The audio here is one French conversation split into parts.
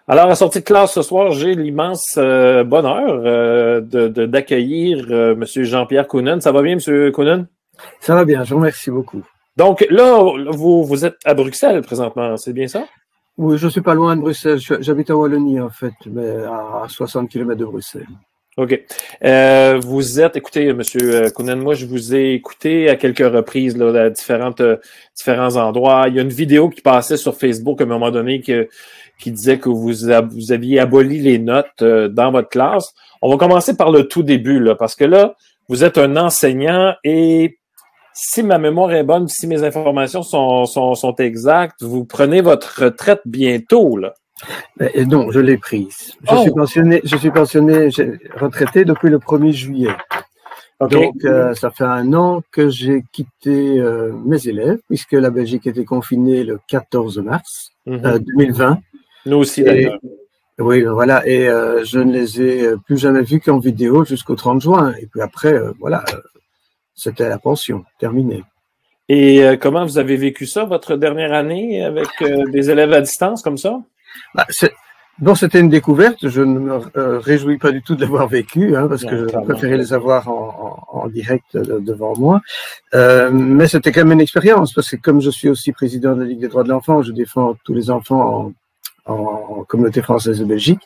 Alors, à sortie de classe ce soir, j'ai l'immense bonheur d'accueillir Monsieur Jean-Pierre Kounen. Ça va bien, Monsieur Kounen? Ça va bien, je vous remercie beaucoup. Donc là, vous êtes à Bruxelles présentement, c'est bien ça? Oui, je suis pas loin de Bruxelles. J'habite à Wallonie, en fait, mais à 60 km de Bruxelles. OK. Vous êtes, écoutez, Monsieur Kounen, moi, je vous ai écouté à quelques reprises là, à différents endroits. Il y a une vidéo qui passait sur Facebook à un moment donné qui disait que vous aviez aboli les notes dans votre classe. On va commencer par le tout début, là, parce que là, vous êtes un enseignant et si ma mémoire est bonne, si mes informations sont exactes, vous prenez votre retraite bientôt, là. Et non, je l'ai prise. Je suis pensionné, retraité depuis le 1er juillet. Okay. Donc, ça fait 1 an que j'ai quitté mes élèves, puisque la Belgique était confinée le 14 mars 2020. Nous aussi, d'ailleurs. Oui, voilà, et je ne les ai plus jamais vus qu'en vidéo jusqu'au 30 juin. Et puis après, voilà, c'était la pension, terminée. Et comment vous avez vécu ça, votre dernière année, avec des élèves à distance comme ça? Bah, bon, c'était une découverte. Je ne me réjouis pas du tout de l'avoir vécu, hein, parce que je préférais les avoir en direct devant moi. Mais c'était quand même une expérience, parce que comme je suis aussi président de la Ligue des droits de l'enfant, je défends tous les enfants en communauté française de Belgique.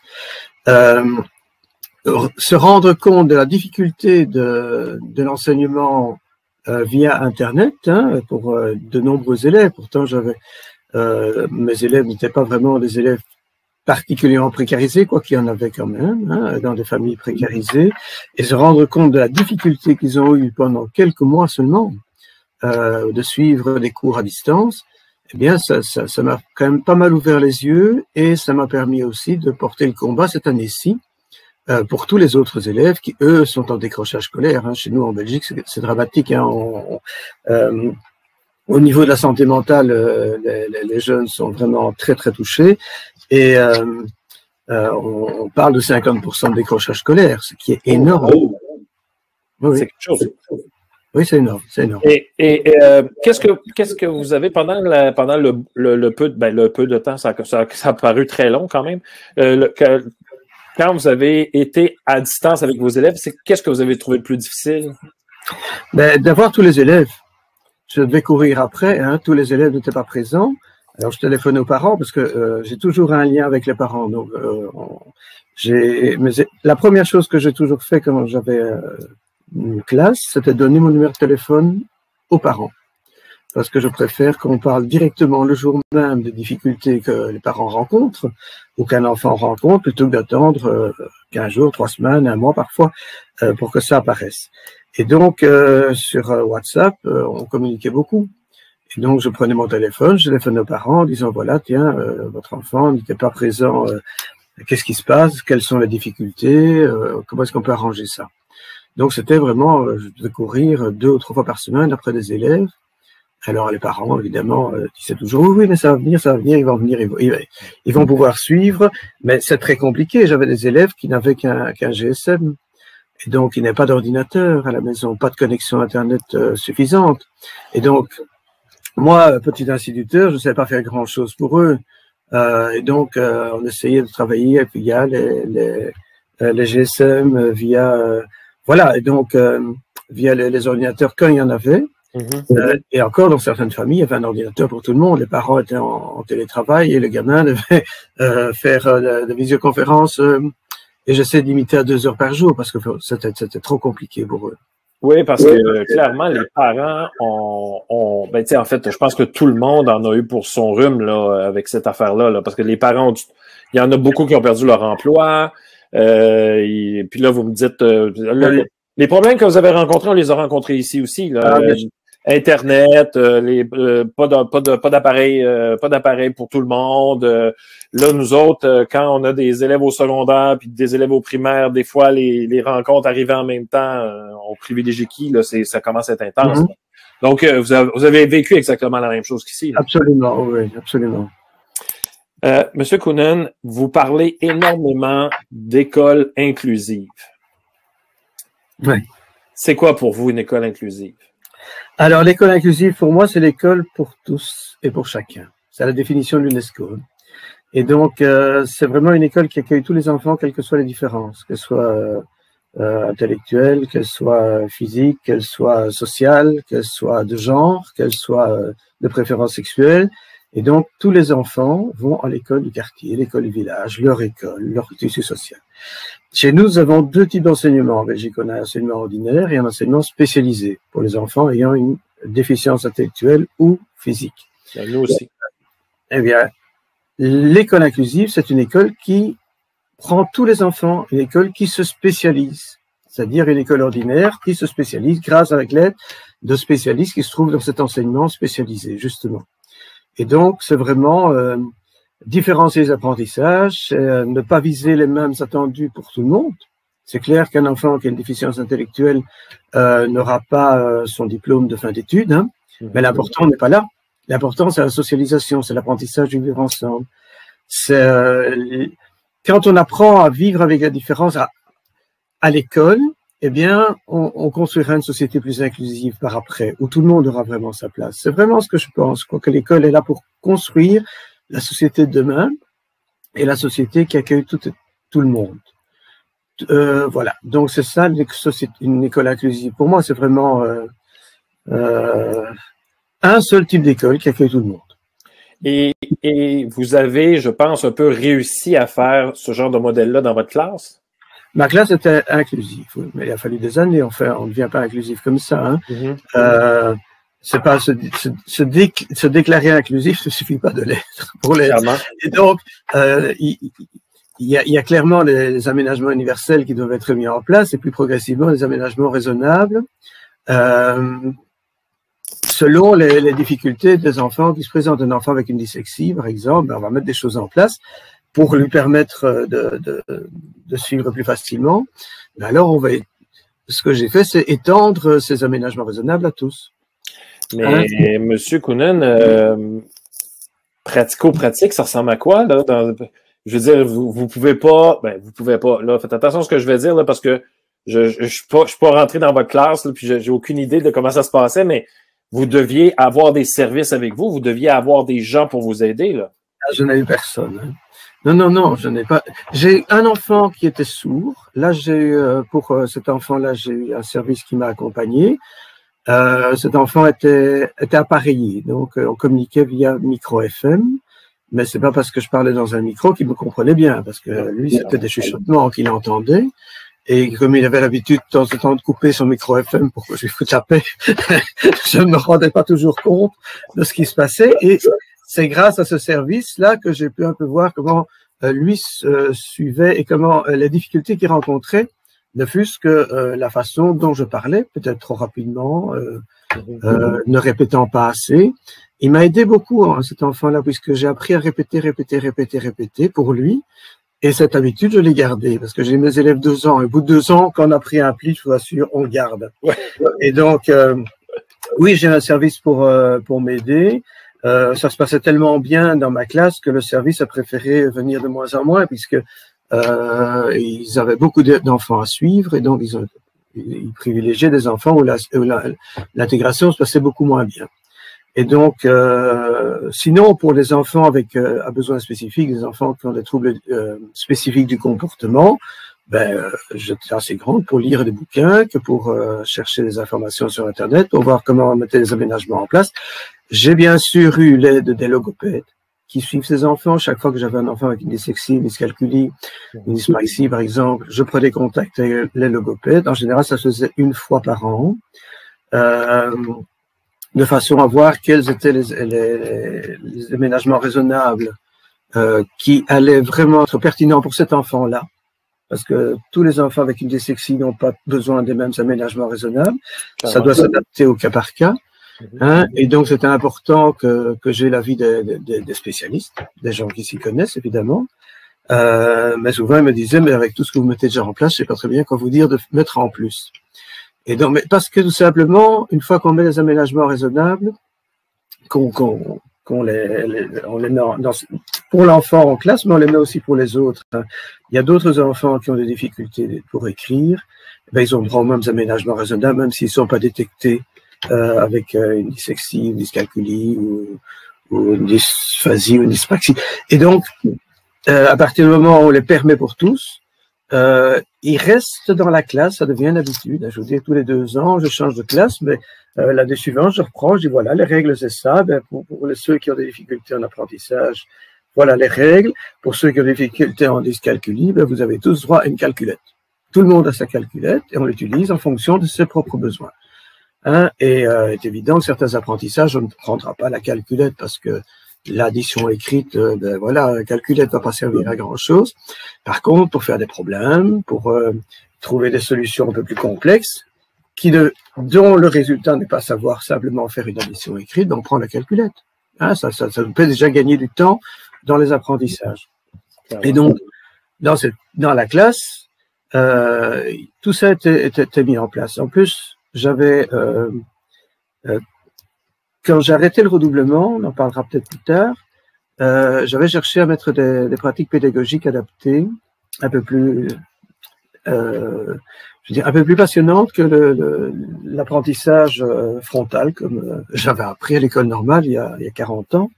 Se rendre compte de la difficulté de l'enseignement via Internet, hein, pour de nombreux élèves. Pourtant, mes élèves n'étaient pas vraiment des élèves particulièrement précarisés, quoi qu'il y en avait quand même, hein, dans des familles précarisées, et se rendre compte de la difficulté qu'ils ont eu pendant quelques mois seulement de suivre des cours à distance. Eh bien, ça m'a quand même pas mal ouvert les yeux, et ça m'a permis aussi de porter le combat cette année-ci pour tous les autres élèves qui, eux, sont en décrochage scolaire. Hein. Chez nous, en Belgique, c'est dramatique. Hein. Au niveau de la santé mentale, les jeunes sont vraiment très, très touchés. Et on parle de 50% de décrochage scolaire, ce qui est énorme. Oui. C'est quelque chose. Oui, c'est énorme, c'est énorme. Et qu'est-ce que vous avez pendant le peu de temps, ça a paru très long quand même, quand vous avez été à distance avec vos élèves, qu'est-ce que vous avez trouvé le plus difficile? Ben, d'avoir tous les élèves. Je devais courir après, hein, tous les élèves n'étaient pas présents. Alors, je téléphonais aux parents parce que j'ai toujours un lien avec les parents. Donc, la première chose que j'ai toujours fait quand j'avais une classe, c'était donner mon numéro de téléphone aux parents. Parce que je préfère qu'on parle directement le jour même des difficultés que les parents rencontrent ou qu'un enfant rencontre, plutôt que d'attendre 15 jours, 3 semaines, 1 mois parfois, pour que ça apparaisse. Et donc, sur WhatsApp, on communiquait beaucoup. Et donc, je prenais mon téléphone, je téléphonais aux parents en disant, voilà, tiens, votre enfant n'était pas présent, qu'est-ce qui se passe, quelles sont les difficultés, comment est-ce qu'on peut arranger ça? Donc, c'était vraiment, je devais courir 2 ou 3 fois par semaine après des élèves. Alors, les parents, évidemment, disaient toujours, oui, mais ça va venir, ils vont venir, ils vont pouvoir suivre, mais c'est très compliqué. J'avais des élèves qui n'avaient qu'un GSM. Et donc, il n'y a pas d'ordinateur à la maison, pas de connexion Internet suffisante. Et donc, moi, petit instituteur, je ne savais pas faire grand-chose pour eux. Et donc, on essayait de travailler via les GSM, voilà, et donc, via les ordinateurs quand il y en avait. Et encore, dans certaines familles, il y avait un ordinateur pour tout le monde. Les parents étaient en télétravail et le gamin devait faire des visioconférences. Et j'essaie d'imiter à 2 heures par jour parce que c'était trop compliqué pour eux. Oui, parce que clairement, les parents ben, tu sais, en fait, je pense que tout le monde en a eu pour son rhume, là, avec cette affaire-là, là, parce que les parents il y en a beaucoup qui ont perdu leur emploi, et puis là, vous me dites, les problèmes que vous avez rencontrés, on les a rencontrés ici aussi, là. Internet, pas d'appareil pour tout le monde. Là, nous autres, quand on a des élèves au secondaire puis des élèves au primaire, des fois les rencontres arrivaient en même temps. On privilégie qui là, ça commence à être intense. Donc, vous avez vécu exactement la même chose qu'ici. Là. Absolument, oui, absolument. Monsieur Kounen, vous parlez énormément d'école inclusive. Oui. C'est quoi pour vous une école inclusive? Alors, l'école inclusive, pour moi, c'est l'école pour tous et pour chacun. C'est la définition de l'UNESCO. Et donc, c'est vraiment une école qui accueille tous les enfants, quelles que soient les différences, qu'elles soient intellectuelles, qu'elles soient physiques, qu'elles soient sociales, qu'elles soient de genre, qu'elles soient de préférence sexuelle. Et donc, tous les enfants vont à l'école du quartier, l'école du village, leur école, leur tissu social. Chez nous, nous avons deux types d'enseignement. En Belgique, on a un enseignement ordinaire et un enseignement spécialisé pour les enfants ayant une déficience intellectuelle ou physique. Nous aussi. Eh bien, l'école inclusive, c'est une école qui prend tous les enfants, une école qui se spécialise, c'est-à-dire une école ordinaire qui se spécialise grâce avec l'aide de spécialistes qui se trouvent dans cet enseignement spécialisé, justement. Et donc, c'est vraiment différencier les apprentissages, ne pas viser les mêmes attendus pour tout le monde. C'est clair qu'un enfant qui a une déficience intellectuelle n'aura pas son diplôme de fin d'études, hein, mais l'important n'est pas là. L'important, c'est la socialisation, c'est l'apprentissage du vivre ensemble. Quand on apprend à vivre avec la différence à l'école, eh bien, on construira une société plus inclusive par après, où tout le monde aura vraiment sa place. C'est vraiment ce que je pense, quoi, que l'école est là pour construire la société de demain et la société qui accueille tout le monde. Voilà. Donc, c'est ça, une école inclusive. Pour moi, c'est vraiment un seul type d'école qui accueille tout le monde. Et vous avez, je pense, un peu réussi à faire ce genre de modèle-là dans votre classe? Ma classe était inclusive, oui, mais il a fallu des années. Enfin, on ne devient pas inclusif comme ça. Hein. C'est pas se déclarer inclusif, ne suffit pas de l'être pour l'être. Et donc, il y a clairement les aménagements universels qui doivent être mis en place, et plus progressivement les aménagements raisonnables. Selon les difficultés des enfants qui se présentent, un enfant avec une dyslexie, par exemple, on va mettre des choses en place pour lui permettre de suivre plus facilement. Mais alors, ce que j'ai fait, c'est étendre ces aménagements raisonnables à tous. Mais Monsieur Kounen, pratico-pratique, ça ressemble à quoi là? Je veux dire, vous pouvez pas, vous pouvez pas. Là, faites attention à ce que je vais dire là, parce que je suis pas rentré dans votre classe, là, puis j'ai aucune idée de comment ça se passait, mais vous deviez avoir des services avec vous, vous deviez avoir des gens pour vous aider là. Je n'ai eu personne. Hein. Non, je n'ai pas. J'ai un enfant qui était sourd. Là, pour cet enfant-là, j'ai eu un service qui m'a accompagné. Cet enfant était appareillé, donc on communiquait via micro FM, mais c'est pas parce que je parlais dans un micro qu'il me comprenait bien, parce que lui, c'était des chuchotements qu'il entendait. Et comme il avait l'habitude de temps en temps de couper son micro FM pour que je lui foute la paix, je ne me rendais pas toujours compte de ce qui se passait. Et c'est grâce à ce service-là que j'ai pu un peu voir comment lui suivait et comment les difficultés qu'il rencontrait, ne fût-ce que la façon dont je parlais, peut-être trop rapidement, ne répétant pas assez. Il m'a aidé beaucoup, hein, cet enfant-là, puisque j'ai appris à répéter pour lui. Et cette habitude, je l'ai gardée, parce que j'ai mes élèves 2 ans. Et au bout de 2 ans, quand on a pris un pli, je vous assure, on le garde. Ouais. Et donc, oui, j'ai un service pour m'aider. Ça se passait tellement bien dans ma classe que le service a préféré venir de moins en moins, puisque ils avaient beaucoup d'enfants à suivre, et donc ils privilégiaient des enfants où l'intégration se passait beaucoup moins bien. Et donc, sinon, pour les enfants avec à besoins spécifiques, des enfants qui ont des troubles spécifiques du comportement, j'étais assez grande pour lire des bouquins que pour chercher des informations sur Internet, pour voir comment mettre les aménagements en place. J'ai bien sûr eu l'aide des logopèdes qui suivent ces enfants. Chaque fois que j'avais un enfant avec une dyslexie, une dyscalculie, une dyspraxie, par exemple, je prenais contact avec les logopèdes. En général, ça se faisait 1 fois par an. De façon à voir quels étaient les aménagements raisonnables qui allaient vraiment être pertinents pour cet enfant-là, parce que tous les enfants avec une dyslexie n'ont pas besoin des mêmes aménagements raisonnables, ça doit s'adapter au cas par cas, hein, et donc c'était important que j'ai l'avis des spécialistes, des gens qui s'y connaissent évidemment, mais souvent ils me disaient, mais avec tout ce que vous mettez déjà en place, je sais pas très bien quoi vous dire de mettre en plus. Et donc, mais parce que tout simplement, une fois qu'on met les aménagements raisonnables, on les met pour l'enfant en classe, mais on les met aussi pour les autres. Il y a d'autres enfants qui ont des difficultés pour écrire, ils ont droit aux mêmes aménagements raisonnables, même s'ils ne sont pas détectés avec une dyslexie, une dyscalculie ou une dysphasie ou une dyspraxie. Et donc, à partir du moment où on les permet pour tous, ils restent dans la classe, ça devient une habitude. Je vous dis, tous les 2 ans, je change de classe, mais l'année suivante, je reprends, je dis voilà, les règles, c'est ça. Ben, pour ceux qui ont des difficultés en apprentissage, voilà les règles. Pour ceux qui ont des difficultés en dyscalculie, ben, vous avez tous droit à une calculette. Tout le monde a sa calculette et on l'utilise en fonction de ses propres besoins. Hein, et est évident que certains apprentissages, on ne prendra pas la calculette parce que l'addition écrite, ben voilà, la calculette va pas servir à grand chose. Par contre, pour faire des problèmes, pour trouver des solutions un peu plus complexes, dont le résultat n'est pas savoir simplement faire une addition écrite, donc on prend la calculette. Hein, ça nous fait déjà gagner du temps dans les apprentissages. Et donc, dans la classe, tout ça était mis en place. En plus, j'avais quand j'ai arrêté le redoublement, on en parlera peut-être plus tard, j'avais cherché à mettre des pratiques pédagogiques adaptées, un peu plus, je veux dire, un peu plus passionnantes que l'apprentissage frontal, comme j'avais appris à l'école normale il y a 40 ans.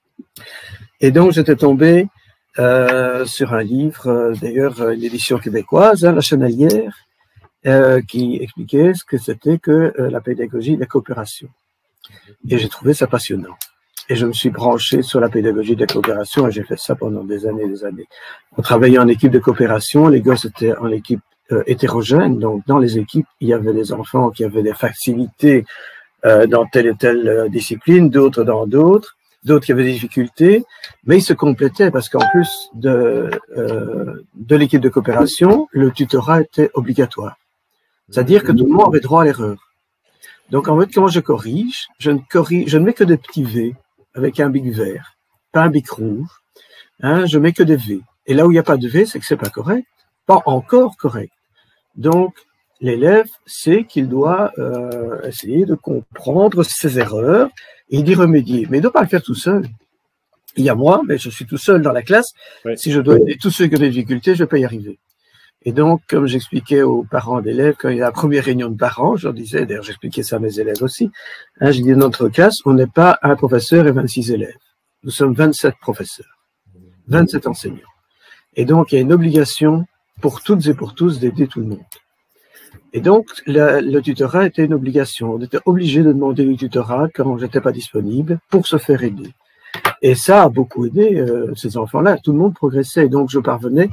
Et donc, j'étais tombé sur un livre, d'ailleurs, une édition québécoise, hein, La Chenalière, qui expliquait ce que c'était que la pédagogie de la coopération. Et j'ai trouvé ça passionnant. Et je me suis branché sur la pédagogie de la coopération et j'ai fait ça pendant des années et des années. On travaillait en équipe de coopération, les gosses étaient en équipe hétérogène, donc dans les équipes, il y avait des enfants qui avaient des facilités dans telle et telle discipline, d'autres dans d'autres qui avaient des difficultés, mais ils se complétaient parce qu'en plus de l'équipe de coopération, le tutorat était obligatoire. C'est-à-dire que tout le monde avait droit à l'erreur. Donc, en fait, quand je corrige, je ne mets que des petits V avec un bic vert, pas un bic rouge. Hein, je mets que des V. Et là où il n'y a pas de V, c'est que c'est pas correct, pas encore correct. Donc, l'élève sait qu'il doit essayer de comprendre ses erreurs et d'y remédier. Mais il ne doit pas le faire tout seul. Il y a moi, mais je suis tout seul dans la classe. Oui. Si je dois aider tous ceux qui ont des difficultés, je ne vais pas y arriver. Et donc, comme j'expliquais aux parents d'élèves, quand il y a la première réunion de parents, je leur disais, d'ailleurs j'expliquais ça à mes élèves aussi, hein, j'ai dit, dans notre classe, on n'est pas un professeur et 26 élèves. Nous sommes 27 professeurs, 27 enseignants. Et donc, il y a une obligation pour toutes et pour tous d'aider tout le monde. Et donc, le tutorat était une obligation. On était obligé de demander du tutorat quand j'étais pas disponible pour se faire aider. Et ça a beaucoup aidé ces enfants-là. Tout le monde progressait. Et donc, je parvenais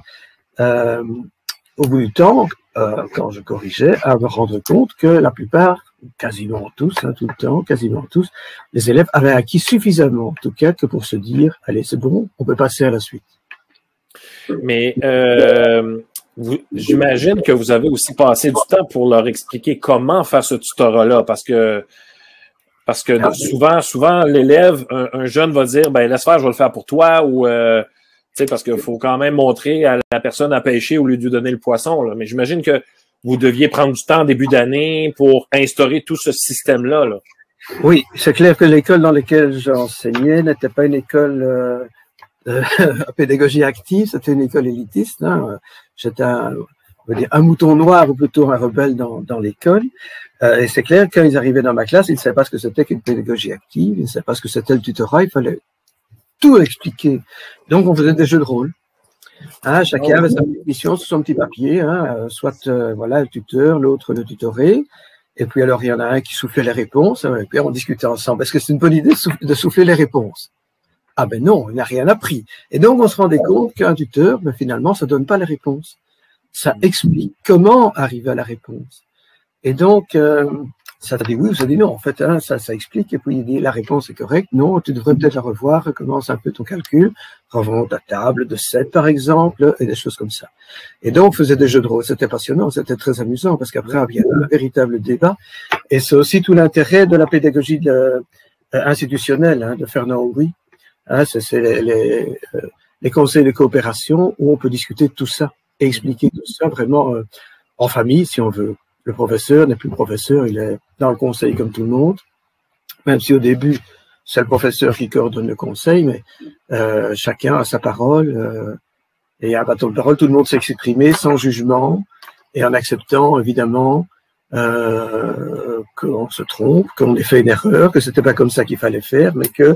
au bout du temps, quand je corrigeais, à me rendre compte que la plupart, quasiment tous, hein, tout le temps, quasiment tous, les élèves avaient acquis suffisamment, en tout cas, que pour se dire, allez, c'est bon, on peut passer à la suite. Mais j'imagine que vous avez aussi passé du temps pour leur expliquer comment faire ce tutorat-là, parce que souvent l'élève, un jeune va dire, ben laisse faire, je vais le faire pour toi, ou parce qu'il faut quand même montrer à la personne à pêcher au lieu de lui donner le poisson. Là. Mais j'imagine que vous deviez prendre du temps en début d'année pour instaurer tout ce système-là. Là. Oui, c'est clair que l'école dans laquelle j'enseignais n'était pas une école à pédagogie active, c'était une école élitiste. Hein. J'étais un mouton noir ou plutôt un rebelle dans l'école. Et c'est clair, quand ils arrivaient dans ma classe, ils ne savaient pas ce que c'était qu'une pédagogie active, ils ne savaient pas ce que c'était le tutorat, il fallait tout expliquer. Donc, on faisait des jeux de rôle. Hein, chacun avait sa mission sur son petit papier, hein, soit voilà, le tuteur, l'autre le tutoré. Et puis, alors, il y en a un qui soufflait les réponses, et puis on discutait ensemble. Est-ce que c'est une bonne idée de souffler les réponses? Ah ben non, il n'a rien appris. Et donc, on se rendait compte qu'un tuteur, ben, finalement, ça donne pas les réponses. Ça explique comment arriver à la réponse. Et donc, ça dit oui ou ça dit non. En fait, hein, ça explique. Et puis, il dit la réponse est correcte. Non, tu devrais peut-être la revoir. Recommence un peu ton calcul. Remonte ta table de 7, par exemple, et des choses comme ça. Et donc, on faisait des jeux de rôle. C'était passionnant. C'était très amusant parce qu'après, il y a un véritable débat. Et c'est aussi tout l'intérêt de la pédagogie institutionnelle, hein, de Fernand Houry. Hein, c'est les conseils de coopération où on peut discuter de tout ça et expliquer tout ça vraiment en famille, si on veut. Le professeur n'est plus professeur, il est dans le conseil comme tout le monde, même si au début, c'est le professeur qui coordonne le conseil, mais chacun a sa parole, et à un bâton de parole, tout le monde s'exprimer sans jugement, et en acceptant, évidemment, qu'on se trompe, qu'on ait fait une erreur, que c'était pas comme ça qu'il fallait faire, mais que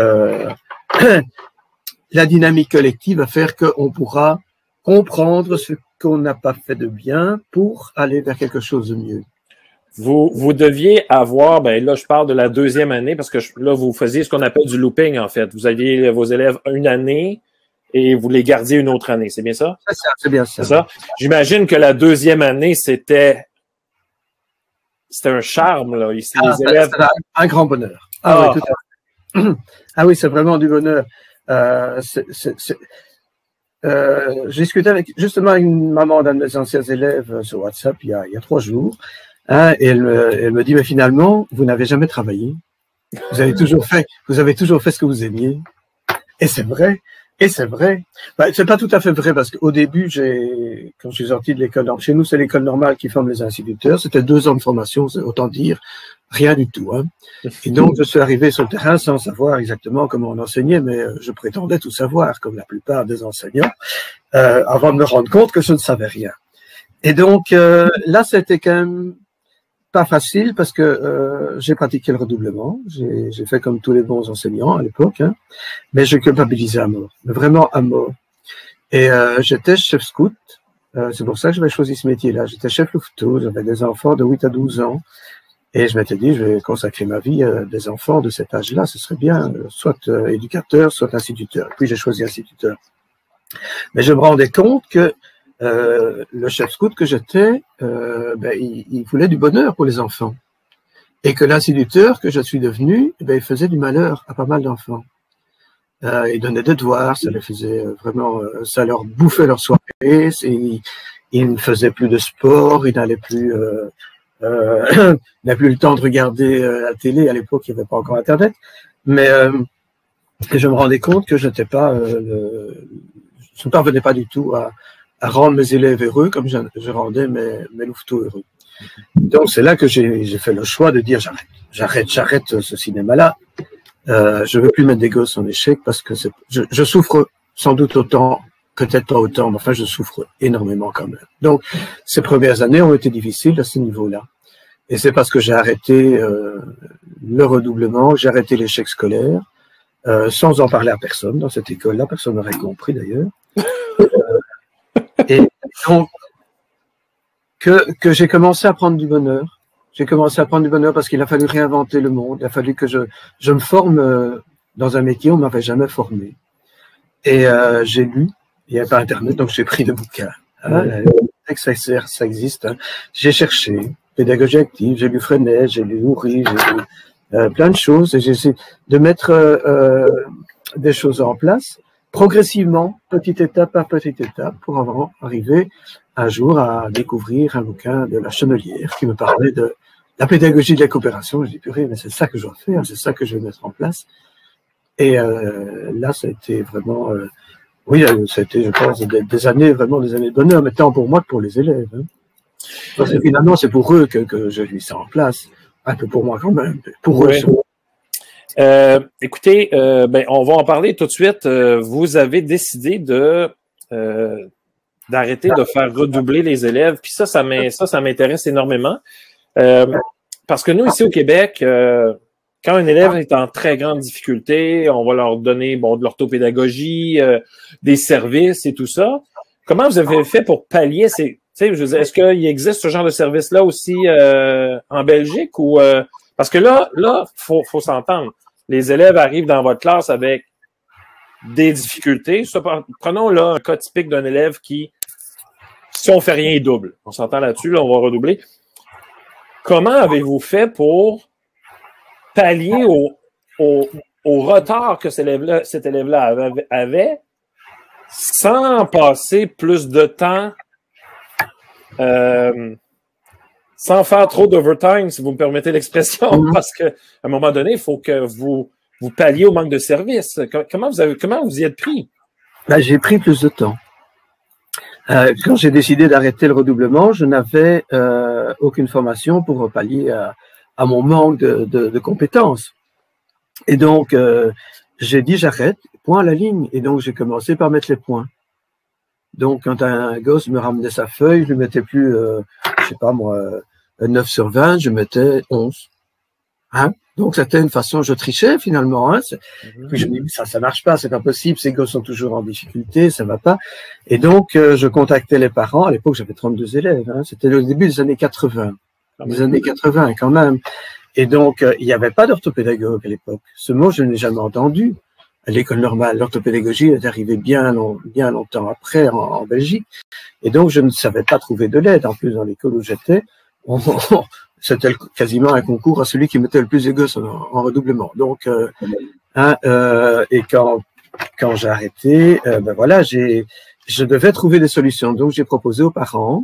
la dynamique collective va faire qu'on pourra comprendre ce qu'on n'a pas fait de bien pour aller vers quelque chose de mieux. Vous deviez avoir, ben là, je parle de la deuxième année, parce que là, vous faisiez ce qu'on appelle du looping, en fait. Vous aviez vos élèves une année et vous les gardiez une autre année. C'est bien ça? C'est bien ça. C'est ça? J'imagine que la deuxième année, c'était un charme, là. Ici, les élèves. Un grand bonheur. Oui, tout à fait. Ah oui, c'est vraiment du bonheur. J'ai discuté justement avec une maman d'un de mes anciens élèves sur WhatsApp il y a 3 jours. Et elle me dit, mais finalement, vous n'avez jamais travaillé. Vous avez toujours fait ce que vous aimiez. Et c'est vrai. Ben, c'est pas tout à fait vrai parce qu'au début, quand je suis sorti de l'école, chez nous, c'est l'école normale qui forme les instituteurs. C'était 2 ans de formation, c'est autant dire rien du tout, hein. Et donc, je suis arrivé sur le terrain sans savoir exactement comment on enseignait, mais je prétendais tout savoir, comme la plupart des enseignants, avant de me rendre compte que je ne savais rien. Et donc, là, c'était quand même pas facile parce que j'ai pratiqué le redoublement, j'ai fait comme tous les bons enseignants à l'époque, hein, mais je culpabilisais à mort, vraiment à mort. Et j'étais chef scout, c'est pour ça que j'avais choisi ce métier-là. J'étais chef louveteau, j'avais des enfants de 8 à 12 ans, et je m'étais dit, je vais consacrer ma vie à des enfants de cet âge-là, ce serait bien, soit éducateur, soit instituteur. Puis j'ai choisi instituteur. Mais je me rendais compte que le chef scout que j'étais, il voulait du bonheur pour les enfants. Et que l'instituteur que je suis devenu, il faisait du malheur à pas mal d'enfants. Il donnait des devoirs, ça les faisait vraiment, ça leur bouffait leur soirée, ils ne faisaient plus de sport, ils n'allaient plus, n'avaient plus le temps de regarder la télé. À l'époque, il n'y avait pas encore Internet. Mais je me rendais compte que je ne parvenais pas du tout à rendre mes élèves heureux comme je rendais mes louveteaux heureux. Donc, c'est là que j'ai fait le choix de dire j'arrête ce cinéma-là. Je veux plus mettre des gosses en échec parce que je souffre sans doute autant, peut-être pas autant, mais enfin, je souffre énormément quand même. Donc, ces premières années ont été difficiles à ce niveau-là. Et c'est parce que j'ai arrêté le redoublement, j'ai arrêté l'échec scolaire, sans en parler à personne dans cette école-là, personne n'aurait compris d'ailleurs. Et donc, que j'ai commencé à prendre du bonheur. J'ai commencé à prendre du bonheur parce qu'il a fallu réinventer le monde. Il a fallu que je me forme dans un métier où on m'avait jamais formé. Et j'ai lu. Il n'y avait pas Internet, donc j'ai pris le bouquin. Ça existe. Hein. J'ai cherché pédagogie active, j'ai lu Freinet, j'ai lu Houry, j'ai lu plein de choses. Et j'ai essayé de mettre des choses en place progressivement, petite étape par petite étape, pour avant arriver un jour à découvrir un bouquin de La Chenelière qui me parlait de la pédagogie de la coopération. Je dis, purée, mais c'est ça que je dois faire, c'est ça que je vais mettre en place. Et là, ça a été vraiment, oui, ça a été, je pense, des années, vraiment des années de bonheur, mais tant pour moi que pour les élèves. Hein. Parce que finalement, c'est pour eux que j'ai mis ça en place. Un peu pour moi quand même, pour eux. Écoutez, on va en parler tout de suite. Vous avez décidé d'arrêter de faire redoubler les élèves. Puis ça m'intéresse énormément. Parce que nous, ici au Québec, quand un élève est en très grande difficulté, on va leur donner de l'orthopédagogie, des services et tout ça. Comment vous avez fait pour pallier ces... Je veux dire, est-ce qu'il existe ce genre de service-là aussi en Belgique ou parce que là, faut s'entendre. Les élèves arrivent dans votre classe avec des difficultés. Prenons là un cas typique d'un élève qui, si on fait rien, il double. On s'entend là-dessus, là, on va redoubler. Comment avez-vous fait pour pallier au retard que cet élève-là avait sans passer plus de temps, sans faire trop d'overtime, si vous me permettez l'expression, parce qu'à un moment donné, il faut que vous palliez au manque de service. Comment vous y êtes pris? J'ai pris plus de temps. Quand j'ai décidé d'arrêter le redoublement, je n'avais aucune formation pour pallier à mon manque de compétences. Et donc, j'ai dit j'arrête, point à la ligne. Et donc, j'ai commencé par mettre les points. Donc, quand un gosse me ramenait sa feuille, je lui mettais plus, je sais pas moi, 9 sur 20, je mettais 11. Hein? Donc, c'était une façon, je trichais finalement. Hein? Puis je me dis, ça marche pas, c'est pas possible, ces gosses sont toujours en difficulté, ça va pas. Et donc, je contactais les parents. À l'époque, j'avais 32 élèves. Hein? C'était le début des années 80. Les années 80, quand même. Et donc, il n'y avait pas d'orthopédagogue à l'époque. Ce mot, je ne l'ai jamais entendu. À l'école normale, l'orthopédagogie est arrivée bien longtemps après en Belgique. Et donc, je ne savais pas trouver de l'aide. En plus, dans l'école où j'étais, c'était quasiment un concours à celui qui mettait le plus de gosses en redoublement. Donc, et quand j'ai arrêté, ben voilà, je devais trouver des solutions. Donc, j'ai proposé aux parents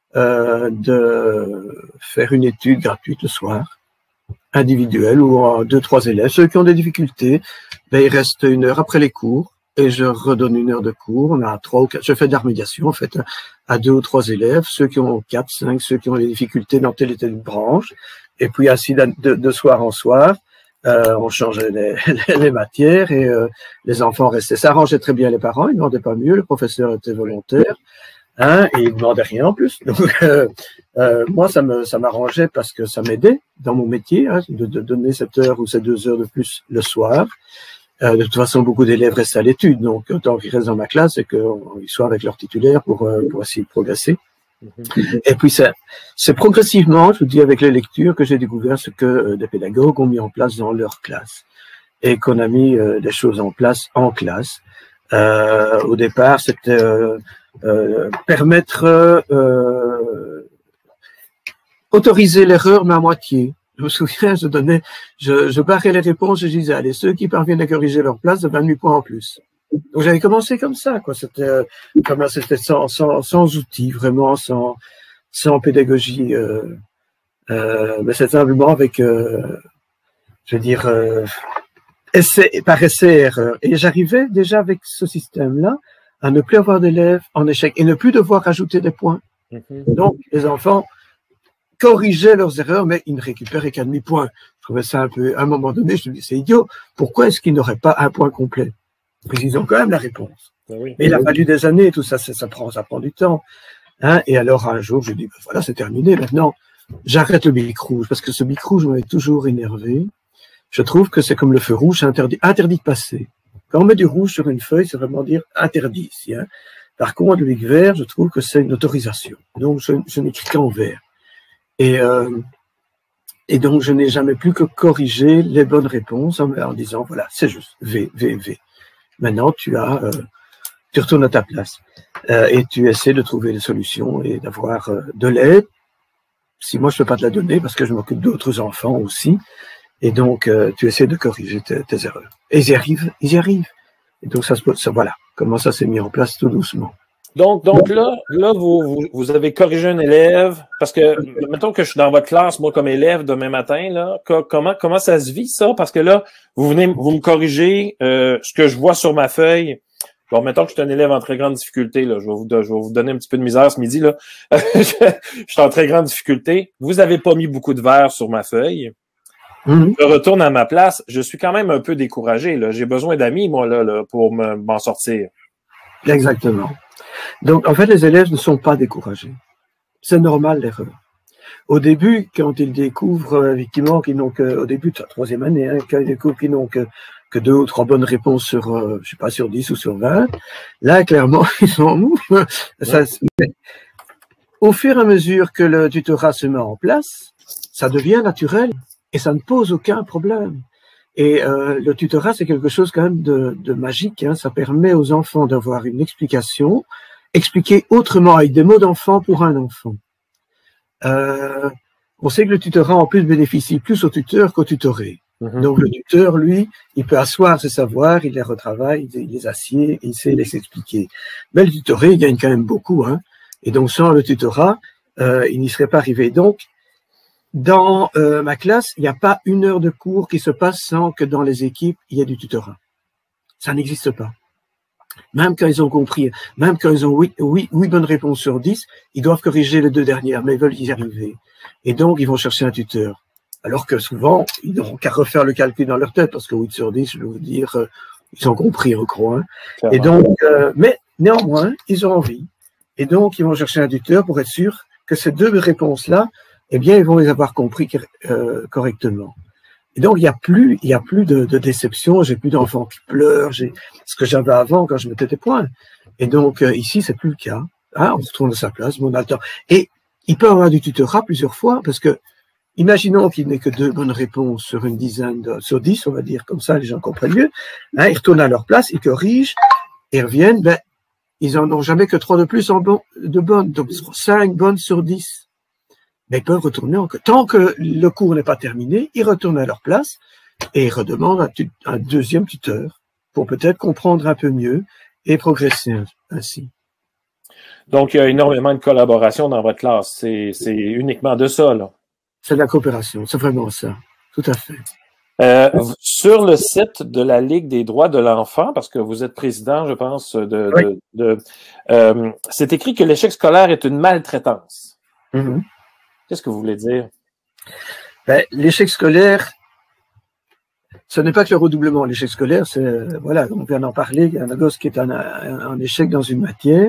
de faire une étude gratuite le soir, individuelle, ou en 2-3 élèves. Ceux qui ont des difficultés, ben, ils restent 1 heure après les cours et je redonne 1 heure de cours. On a 3 ou 4, je fais de la remédiation, en fait, à 2 ou 3 élèves, ceux qui ont 4, 5, ceux qui ont des difficultés dans telle et telle branche. Et puis, ainsi, de soir en soir, on changeait les matières et les enfants restaient. Ça arrangeait très bien les parents, ils ne demandaient pas mieux, le professeur était volontaire. Hein, et il ne demandait rien en plus. Donc, moi, ça m'arrangeait parce que ça m'aidait dans mon métier, hein, de donner cette heure ou ces 2 heures de plus le soir. De toute façon, beaucoup d'élèves restent à l'étude, donc autant qu'ils restent dans ma classe et qu'ils soient avec leur titulaire pour essayer de progresser. Et puis, c'est progressivement, je vous dis, avec les lectures que j'ai découvert ce que des pédagogues ont mis en place dans leur classe et qu'on a mis des choses en place en classe. Au départ, c'était permettre autoriser l'erreur, mais à moitié. Je me souviens, je barrais les réponses, je disais, allez, ceux qui parviennent à corriger leur place, de 28 points en plus. Donc j'avais commencé comme ça, quoi. C'était sans outils, vraiment, sans pédagogie, mais c'est simplement avec, je veux dire, par essai-erreur. Et j'arrivais déjà avec ce système-là à ne plus avoir d'élèves en échec et ne plus devoir ajouter des points. Donc, les enfants corrigeaient leurs erreurs, mais ils ne récupéraient qu'un demi-point. Je trouvais ça un peu, à un moment donné, je me dis, c'est idiot. Pourquoi est-ce qu'ils n'auraient pas un point complet? Parce qu'ils ont quand même la réponse. Mais il a fallu des années, tout ça, ça prend du temps. Hein? Et alors, un jour, je dis, ben voilà, c'est terminé. Maintenant, j'arrête le bic rouge, parce que ce bic rouge m'avait toujours énervé. Je trouve que c'est comme le feu rouge, interdit de passer. Quand on met du rouge sur une feuille, c'est vraiment dire interdit ici. Hein. Par contre, le bic vert, je trouve que c'est une autorisation. Donc, je n'écris qu'en vert. Et donc, je n'ai jamais plus que corrigé les bonnes réponses en disant, voilà, c'est juste, V. Maintenant, tu retournes à ta place et tu essaies de trouver des solutions et d'avoir de l'aide. Si moi, je ne peux pas te la donner parce que je m'occupe d'autres enfants aussi. Et donc, tu essaies de corriger tes erreurs. Et ils y arrivent. Et donc, ça voilà comment ça s'est mis en place tout doucement. Donc là, vous avez corrigé un élève, parce que, mettons que je suis dans votre classe, moi, comme élève, demain matin, là, comment ça se vit, ça? Parce que là, vous me corrigez, ce que je vois sur ma feuille. Bon, mettons que je suis un élève en très grande difficulté, là. Je vais vous donner un petit peu de misère ce midi, là. Je suis en très grande difficulté. Vous avez pas mis beaucoup de verre sur ma feuille. Je retourne à ma place. Je suis quand même un peu découragé, là. J'ai besoin d'amis, moi, là pour m'en sortir. Exactement. Donc, en fait, les élèves ne sont pas découragés. C'est normal, l'erreur. Au début, quand ils découvrent, effectivement, qu'ils n'ont que, au début de la 3e année, hein, quand ils découvrent qu'ils n'ont que 2 ou 3 bonnes réponses sur, je sais pas, sur 10 ou sur 20, là, clairement, ils sont en mou. Au fur et à mesure que le tutorat se met en place, ça devient naturel et ça ne pose aucun problème. Et le tutorat, c'est quelque chose quand même de magique. Hein. Ça permet aux enfants d'avoir une explication, expliquer autrement avec des mots d'enfant pour un enfant. On sait que le tutorat, en plus, bénéficie plus au tuteur qu'au tutoré. Donc le tuteur, lui, il peut asseoir ses savoirs, il les retravaille, il les assied, il sait les expliquer. Mais le tutoré, il gagne quand même beaucoup. Hein. Et donc sans le tutorat, il n'y serait pas arrivé. Donc, dans ma classe, il n'y a pas 1 heure de cours qui se passe sans que dans les équipes, il y ait du tutorat. Ça n'existe pas. Même quand ils ont compris, même quand ils ont 8 bonnes réponses sur 10, ils doivent corriger les 2 dernières, mais ils veulent y arriver. Et donc, ils vont chercher un tuteur. Alors que souvent, ils n'auront qu'à refaire le calcul dans leur tête, parce que 8 sur 10, je vais vous dire, ils ont compris, en gros. Hein. Et donc, mais néanmoins, ils ont envie. Et donc, ils vont chercher un tuteur pour être sûr que ces 2 réponses-là eh bien, ils vont les avoir compris correctement. Et donc, il y a plus de déception, j'ai plus d'enfants qui pleurent, j'ai ce que j'avais avant quand je mettais des points. Et donc, ici, c'est plus le cas. Hein, on se retourne à sa place, on a le temps. Et il peut y avoir du tutorat plusieurs fois, parce que, imaginons qu'il n'ait que 2 bonnes réponses sur une dizaine, sur 10, on va dire, comme ça, les gens comprennent mieux. Hein, ils retournent à leur place, ils corrigent, et reviennent, ben, ils en ont jamais que 3 de plus de bonnes, donc 5 bonnes sur 10. Mais ils peuvent retourner encore. Tant que le cours n'est pas terminé, ils retournent à leur place et ils redemandent un deuxième tuteur pour peut-être comprendre un peu mieux et progresser ainsi. Donc, il y a énormément de collaboration dans votre classe. C'est uniquement de ça, là. C'est de la coopération, c'est vraiment ça. Tout à fait. Sur le site de la Ligue des droits de l'enfant, parce que vous êtes président, je pense, c'est écrit que l'échec scolaire est une maltraitance. Mm-hmm. Qu'est-ce que vous voulez dire? Ben, l'échec scolaire, ce n'est pas que le redoublement. L'échec scolaire, c'est, voilà, on vient d'en parler, il y a un gosse qui est en échec dans une matière.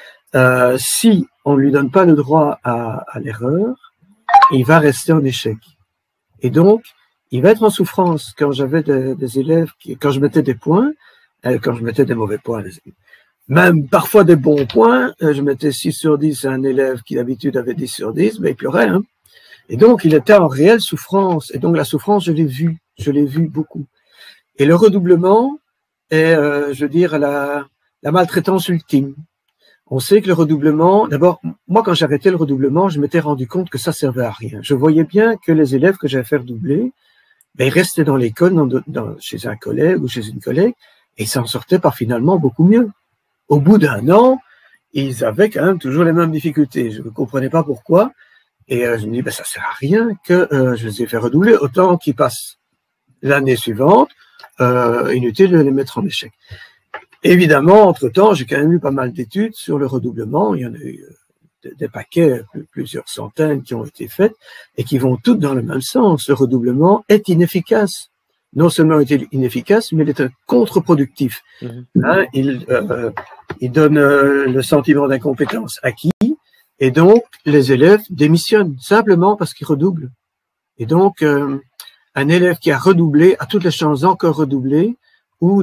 Si on ne lui donne pas le droit à l'erreur, il va rester en échec. Et donc, il va être en souffrance. Quand j'avais des élèves, quand je mettais des points, quand je mettais des mauvais points, même parfois des bons points, je mettais 6 sur 10 à un élève qui d'habitude avait 10 sur 10, mais il pleurait. Hein. Et donc, il était en réelle souffrance. Et donc, la souffrance, je l'ai vu beaucoup. Et le redoublement est, je veux dire, la maltraitance ultime. On sait que le redoublement, d'abord, moi, quand j'arrêtais le redoublement, je m'étais rendu compte que ça servait à rien. Je voyais bien que les élèves que j'avais fait redoubler, ben, ils restaient dans l'école, chez un collègue ou chez une collègue, et ils s'en sortaient pas finalement beaucoup mieux. Au bout d'un an, ils avaient quand même toujours les mêmes difficultés. Je ne comprenais pas pourquoi. Et je me dis, ben, ça sert à rien que je les ai fait redoubler. Autant qu'ils passent l'année suivante, inutile de les mettre en échec. Évidemment, entre-temps, j'ai quand même eu pas mal d'études sur le redoublement. Il y en a eu des paquets, plusieurs centaines qui ont été faites et qui vont toutes dans le même sens. Le redoublement est inefficace. Non seulement est-il inefficace, mais il est contre-productif. Hein, il donne le sentiment d'incompétence acquis et donc les élèves démissionnent simplement parce qu'ils redoublent. Et donc, un élève qui a redoublé a toutes les chances d'encore redoubler ou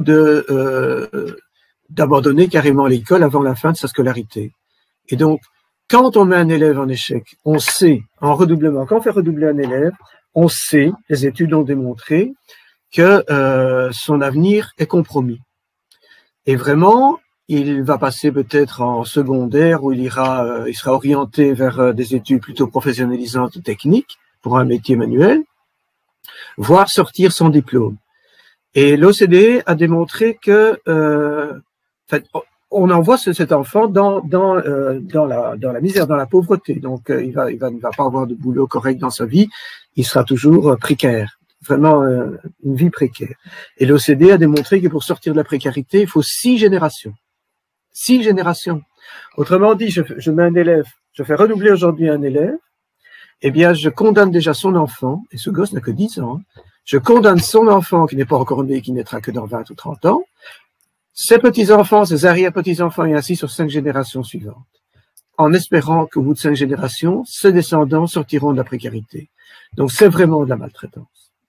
d'abandonner carrément l'école avant la fin de sa scolarité. Et donc, quand on met un élève en échec, on sait, en redoublement, quand on fait redoubler un élève, on sait, les études ont démontré, que son avenir est compromis. Et vraiment, il va passer peut-être en secondaire où il sera orienté vers des études plutôt professionnalisantes ou techniques pour un métier manuel, voire sortir sans diplôme. Et l'OCDE a démontré que, on envoie cet enfant dans la misère, dans la pauvreté. Donc, il ne va pas avoir de boulot correct dans sa vie. Il sera toujours précaire. Vraiment une vie précaire. Et l'OCDE a démontré que pour sortir de la précarité, il faut 6 générations. 6 générations. Autrement dit, je mets un élève, je fais redoubler aujourd'hui un élève, eh bien, je condamne déjà son enfant, et ce gosse n'a que 10 ans, je condamne son enfant qui n'est pas encore né, qui naîtra que dans 20 ou 30 ans, ses petits-enfants, ses arrière-petits-enfants, et ainsi sur 5 générations suivantes, en espérant qu'au bout de 5 générations, ses descendants sortiront de la précarité. Donc, c'est vraiment de la maltraitance.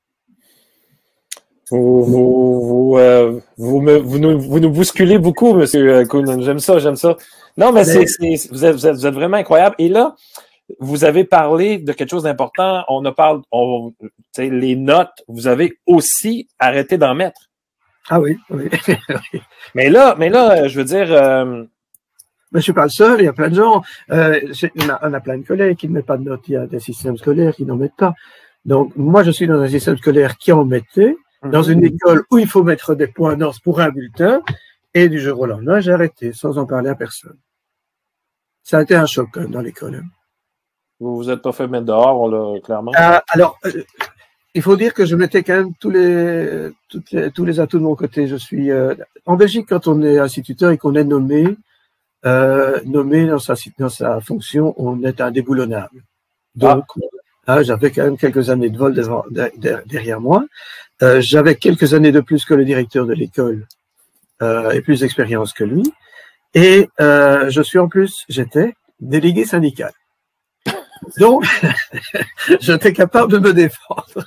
Vous nous bousculez beaucoup, Monsieur Kuhn. J'aime ça. Non, mais vous êtes vraiment incroyable. Et là, vous avez parlé de quelque chose d'important. Les notes, vous avez aussi arrêté d'en mettre. Ah oui. Mais là, je veux dire. Mais je suis pas le seul. Il y a plein de gens. On a plein de collègues qui ne mettent pas de notes. Il y a des systèmes scolaires qui n'en mettent pas. Donc, moi, je suis dans un système scolaire qui en mettait. Dans une école où il faut mettre des points d'os pour un bulletin, et du jour au lendemain, j'ai arrêté, sans en parler à personne. Ça a été un choc quand même dans l'école. Vous vous êtes pas fait mettre dehors, clairement. Alors, il faut dire que je mettais quand même tous les atouts de mon côté. Je suis en Belgique, quand on est instituteur et qu'on est nommé dans sa fonction, on est indéboulonnable. Donc, j'avais quand même quelques années de vol derrière moi. J'avais quelques années de plus que le directeur de l'école et plus d'expérience que lui. Et j'étais délégué syndical. Donc, j'étais capable de me défendre.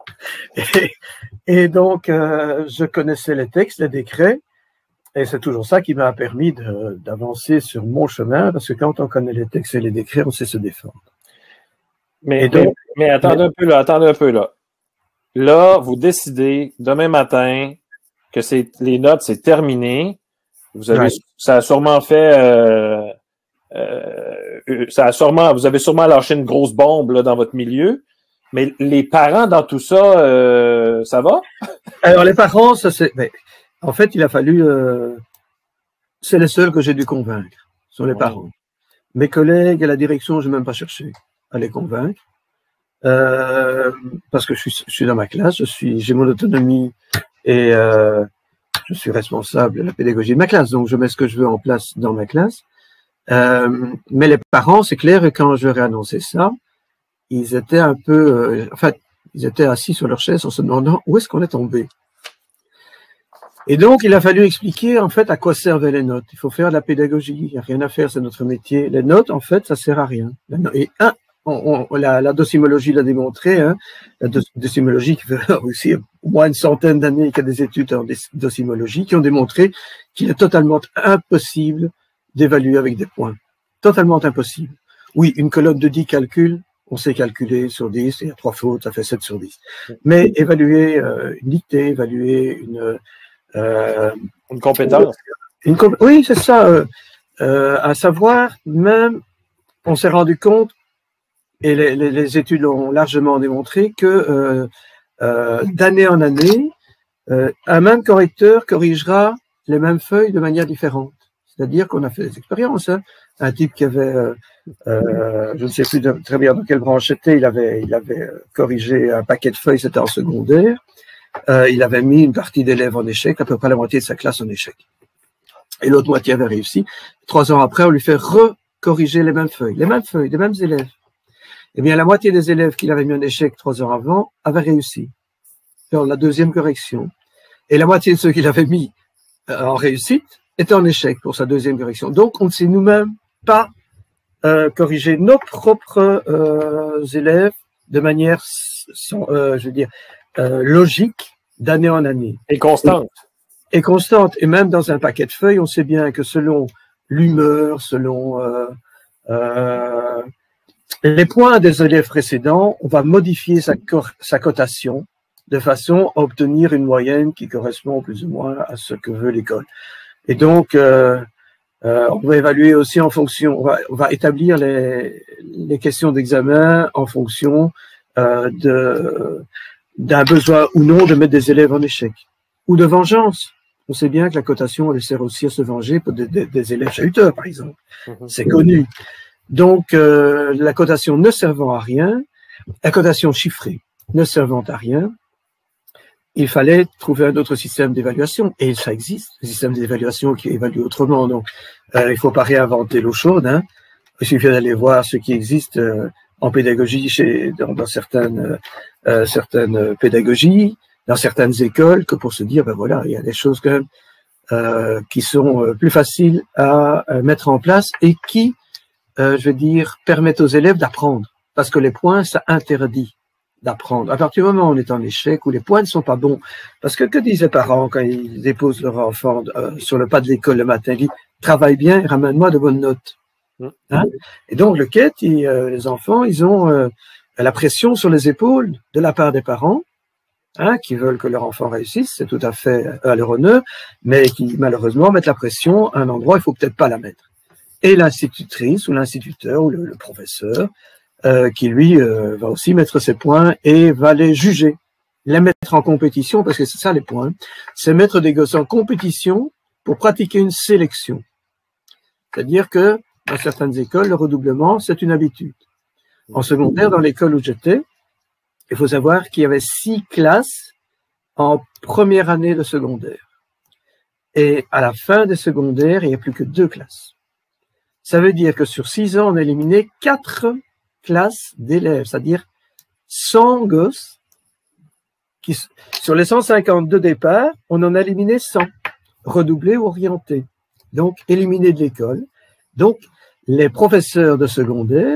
Et donc, je connaissais les textes, les décrets, et c'est toujours ça qui m'a permis d'avancer sur mon chemin, parce que quand on connaît les textes et les décrets, on sait se défendre. Mais attendez un peu là. Là, vous décidez demain matin que les notes, c'est terminé. Vous avez sûrement vous avez sûrement lâché une grosse bombe là, dans votre milieu. Mais les parents dans tout ça, ça va? Alors les parents, en fait, il a fallu, c'est les seuls que j'ai dû convaincre, sont les parents. Mes collègues et la direction, je n'ai même pas cherché à les convaincre. Parce que je suis dans ma classe, j'ai mon autonomie et je suis responsable de la pédagogie de ma classe, donc je mets ce que je veux en place dans ma classe. Mais les parents, c'est clair, et quand je leur ai annoncé ça, ils étaient un peu, ils étaient assis sur leur chaise en se demandant où est-ce qu'on est tombé. Et donc, il a fallu expliquer en fait à quoi servaient les notes. Il faut faire de la pédagogie, il n'y a rien à faire, c'est notre métier. Les notes, en fait, ça sert à rien. Et la docimologie l'a démontré, hein, la docimologie qui fait aussi au moins une centaine d'années qu'il y a des études en docimologie qui ont démontré qu'il est totalement impossible d'évaluer avec des points. Totalement impossible. Oui, une colonne de 10 calculs, on sait calculer sur 10, il y a 3 fautes, ça fait 7 sur 10. Mais évaluer une dictée, évaluer une compétence. Oui, c'est ça. À savoir, même, on s'est rendu compte, et les études l'ont largement démontré, que d'année en année, un même correcteur corrigera les mêmes feuilles de manière différente. C'est-à-dire qu'on a fait des expériences. Hein. Un type qui avait, je ne sais plus très bien dans quelle branche c'était, il avait corrigé un paquet de feuilles, c'était en secondaire. Il avait mis une partie d'élèves en échec, à peu près la moitié de sa classe en échec. Et l'autre moitié avait réussi. 3 ans après, on lui fait recorriger les mêmes feuilles, des mêmes élèves. Eh bien, la moitié des élèves qu'il avait mis en échec 3 ans avant avaient réussi. Dans la deuxième correction. Et la moitié de ceux qu'il avait mis en réussite étaient en échec pour sa deuxième correction. Donc, on ne sait nous-mêmes pas corriger nos propres élèves de manière, logique, d'année en année. Et constante. Et constante. Et même dans un paquet de feuilles, on sait bien que selon l'humeur, selon les points des élèves précédents, on va modifier sa cotation de façon à obtenir une moyenne qui correspond plus ou moins à ce que veut l'école. Et donc, on va évaluer aussi en fonction, on va établir les questions d'examen en fonction d'un besoin ou non de mettre des élèves en échec, ou de vengeance. On sait bien que la cotation, elle sert aussi à se venger pour des élèves chahuteurs, par exemple. C'est connu. Donc, la cotation ne servant à rien, la cotation chiffrée ne servant à rien, il fallait trouver un autre système d'évaluation. Et ça existe, le système d'évaluation qui évalue autrement. Donc, il ne faut pas réinventer l'eau chaude. Hein. Il suffit d'aller voir ce qui existe en pédagogie dans certaines pédagogies, dans certaines écoles, que pour se dire, ben voilà, il y a des choses quand même qui sont plus faciles à mettre en place et qui, je veux dire, permettent aux élèves d'apprendre. Parce que les points, ça interdit d'apprendre. À partir du moment où on est en échec, où les points ne sont pas bons, parce que disent les parents quand ils déposent leur enfant sur le pas de l'école le matin, ils disent « Travaille bien et ramène-moi de bonnes notes ». Hein? Et donc, le quête, les enfants, ils ont la pression sur les épaules de la part des parents, hein, qui veulent que leur enfant réussisse, c'est tout à fait à leur honneur, mais qui malheureusement mettent la pression à un endroit où il faut peut-être pas la mettre. Et l'institutrice ou l'instituteur ou le professeur, qui lui va aussi mettre ses points et va les juger, les mettre en compétition, parce que c'est ça les points, c'est mettre des gosses en compétition pour pratiquer une sélection. C'est-à-dire que dans certaines écoles, le redoublement, c'est une habitude. En secondaire, dans l'école où j'étais, il faut savoir qu'il y avait 6 classes en première année de secondaire. Et à la fin des secondaires, il n'y a plus que 2 classes. Ça veut dire que sur 6 ans, on a éliminé 4 classes d'élèves, c'est-à-dire 100 gosses. Sur les 152 départs, on en a éliminé 100, redoublés ou orientés. Donc, éliminés de l'école. Donc, les professeurs de secondaire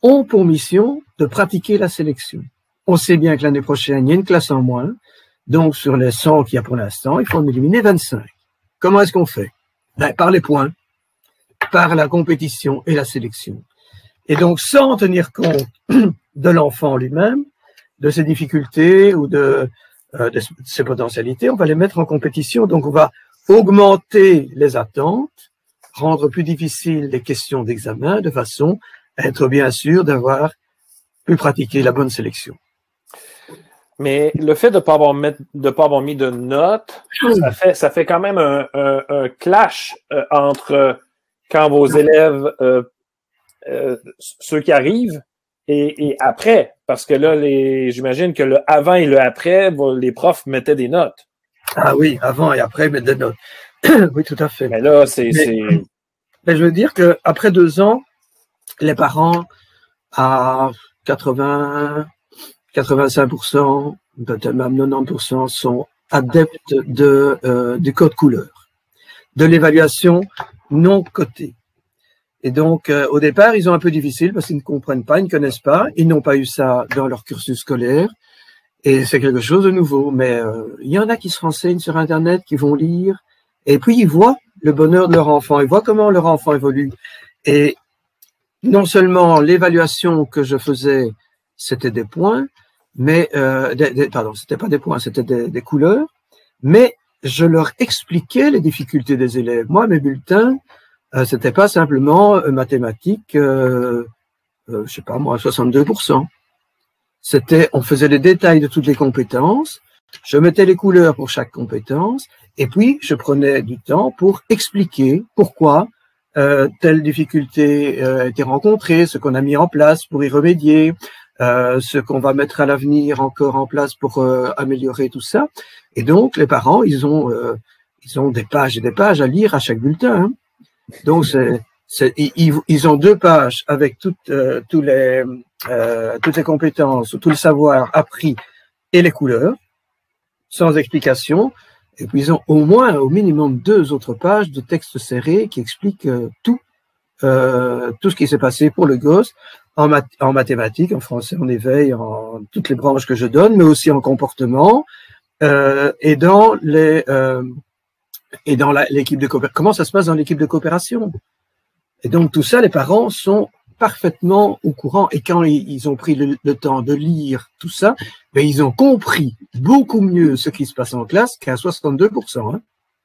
ont pour mission de pratiquer la sélection. On sait bien que l'année prochaine, il y a une classe en moins. Donc, sur les 100 qu'il y a pour l'instant, il faut en éliminer 25. Comment est-ce qu'on fait? Ben, par les points, par la compétition et la sélection. Et donc, sans tenir compte de l'enfant lui-même, de ses difficultés ou de ses potentialités, on va les mettre en compétition. Donc, on va augmenter les attentes, rendre plus difficiles les questions d'examen, de façon à être bien sûr d'avoir pu pratiquer la bonne sélection. Mais le fait de ne pas avoir mis de notes, ça fait quand même un clash entre quand vos élèves, ceux qui arrivent, et après. Parce que là, j'imagine que le avant et le après, les profs mettaient des notes. Ah oui, avant et après, ils mettent des notes. Oui, tout à fait. Mais là, mais je veux dire qu'après 2 ans, les parents à 80, 85%, peut-être même 90% sont adeptes du code couleur, de l'évaluation non cotée. Et donc, au départ, ils ont un peu difficile parce qu'ils ne comprennent pas, ils ne connaissent pas, ils n'ont pas eu ça dans leur cursus scolaire. Et c'est quelque chose de nouveau. Mais il y en a qui se renseignent sur Internet, qui vont lire, et puis ils voient le bonheur de leur enfant, ils voient comment leur enfant évolue. Et non seulement l'évaluation que je faisais, c'était des points, mais pardon, c'était pas des points, c'était des couleurs, mais je leur expliquais les difficultés des élèves. Moi, mes bulletins, c'était pas simplement mathématiques, je sais pas moi, 62%. C'était, on faisait les détails de toutes les compétences, je mettais les couleurs pour chaque compétence, et puis je prenais du temps pour expliquer pourquoi telle difficulté a été rencontrée, ce qu'on a mis en place pour y remédier, ce qu'on va mettre à l'avenir encore en place pour améliorer tout ça. Et donc les parents, ils ont des pages et des pages à lire à chaque bulletin. Hein. Donc ils ont 2 pages avec toutes les compétences, tout le savoir appris et les couleurs, sans explication. Et puis ils ont au minimum 2 autres pages de textes serrés qui expliquent tout ce qui s'est passé pour le gosse en mathématiques, en français, en éveil, en toutes les branches que je donne, mais aussi en comportement et dans l'équipe de coopération. Comment ça se passe dans l'équipe de coopération? Et donc tout ça, les parents sont parfaitement au courant. Et quand ils ont pris le temps de lire tout ça, ben, ils ont compris beaucoup mieux ce qui se passe en classe qu'à 62%. Hein.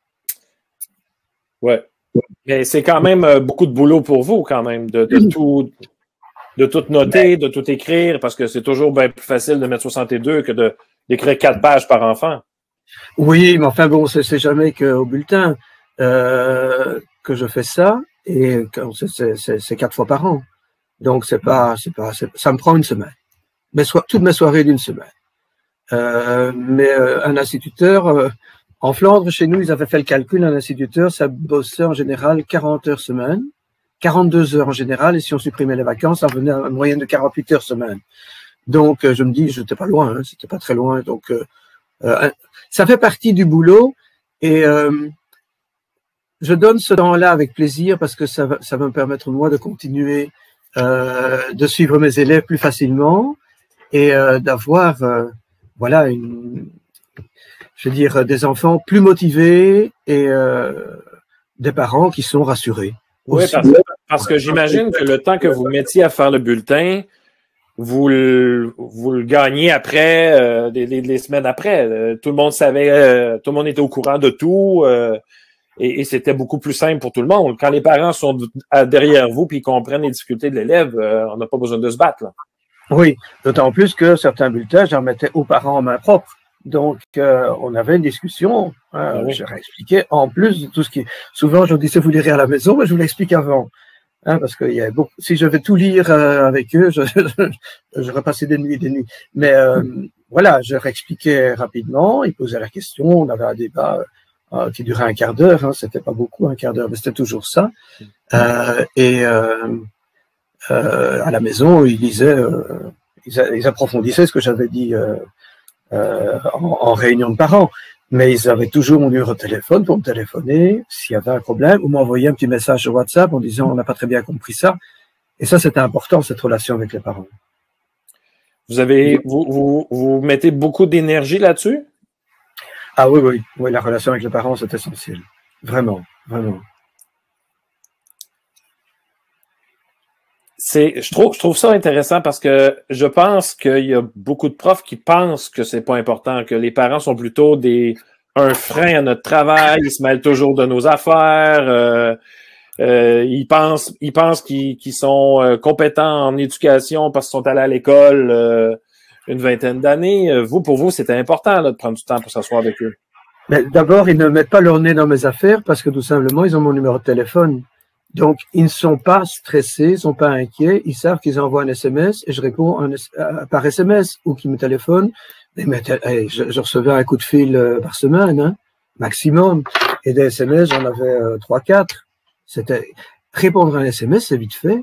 Ouais. Mais c'est quand même beaucoup de boulot pour vous, quand même, de tout noter, de tout écrire, parce que c'est toujours bien plus facile de mettre 62 que d'écrire 4 pages par enfant. Oui, mais enfin bon, c'est jamais qu'au bulletin que je fais ça, et c'est 4 fois par an. Donc ça me prend une semaine. Toutes mes soirées d'une semaine. Mais un instituteur, en Flandre, chez nous, ils avaient fait le calcul, un instituteur, ça bossait en général 40 heures semaine, 42 heures en général, et si on supprimait les vacances, ça revenait à une moyenne de 48 heures semaine. Donc je me dis, j'étais pas loin, hein, c'était pas très loin. Donc ça fait partie du boulot, et je donne ce temps-là avec plaisir parce que ça va me permettre moi de continuer de suivre mes élèves plus facilement et d'avoir voilà je veux dire des enfants plus motivés et des parents qui sont rassurés. Oui, parce que j'imagine que le temps que vous mettiez à faire le bulletin, vous le gagnez après, les semaines après. Tout le monde savait, tout le monde était au courant de tout. Et c'était beaucoup plus simple pour tout le monde. Quand les parents sont derrière vous et comprennent les difficultés de l'élève, on n'a pas besoin de se battre. Là. Oui, d'autant plus que certains bulletins, j'en mettais aux parents en main propre. Donc, on avait une discussion. Oui. Je leur expliquais en plus de tout ce qui... Souvent, je leur disais, vous lirez à la maison, mais je vous l'explique avant. Hein, parce qu'il y a beaucoup... Si je vais tout lire avec eux, j'aurais passé des nuits et des nuits. Mais voilà, je leur expliquais rapidement, ils posaient la question, on avait un débat... qui durait un quart d'heure, hein, c'était pas beaucoup, un quart d'heure, mais c'était toujours ça. À la maison, ils lisaient, ils approfondissaient ce que j'avais dit en réunion de parents. Mais ils avaient toujours mon numéro de téléphone pour me téléphoner s'il y avait un problème, ou m'envoyer un petit message sur WhatsApp en disant on n'a pas très bien compris ça. Et ça, c'était important, cette relation avec les parents. Vous mettez beaucoup d'énergie là-dessus? Ah oui, la relation avec les parents, c'est essentiel. Vraiment, vraiment. Je trouve ça intéressant parce que je pense qu'il y a beaucoup de profs qui pensent que c'est pas important, que les parents sont plutôt un frein à notre travail, ils se mêlent toujours de nos affaires, ils pensent qu'ils sont compétents en éducation parce qu'ils sont allés à l'école une vingtaine d'années. Pour vous, c'était important là, de prendre du temps pour s'asseoir avec eux. Mais d'abord, ils ne mettent pas leur nez dans mes affaires parce que tout simplement, ils ont mon numéro de téléphone. Donc, ils ne sont pas stressés, ils ne sont pas inquiets. Ils savent qu'ils envoient un SMS et je réponds par SMS ou qu'ils me téléphonent. Mais je recevais un coup de fil par semaine, hein, maximum. Et des SMS, j'en avais 3, 4. C'était répondre à un SMS, c'est vite fait.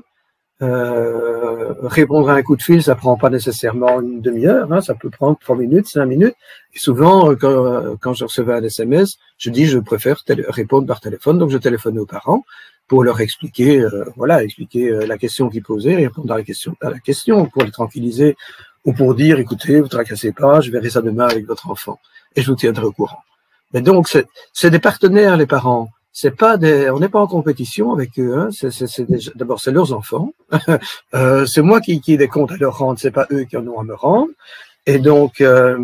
Répondre à un coup de fil, ça prend pas nécessairement une demi-heure, hein, ça peut prendre 3 minutes, 5 minutes. Et souvent, quand je recevais un SMS, je dis je préfère répondre par téléphone, donc je téléphonais aux parents pour leur expliquer, expliquer la question qu'ils posaient, répondre à la question, pour les tranquilliser ou pour dire écoutez, vous tracassez pas, je verrai ça demain avec votre enfant et je vous tiendrai au courant. Mais donc c'est des partenaires les parents. On n'est pas en compétition avec eux. Hein. D'abord, c'est leurs enfants. C'est moi qui ai des comptes à leur rendre. C'est pas eux qui en ont à me rendre. Et donc,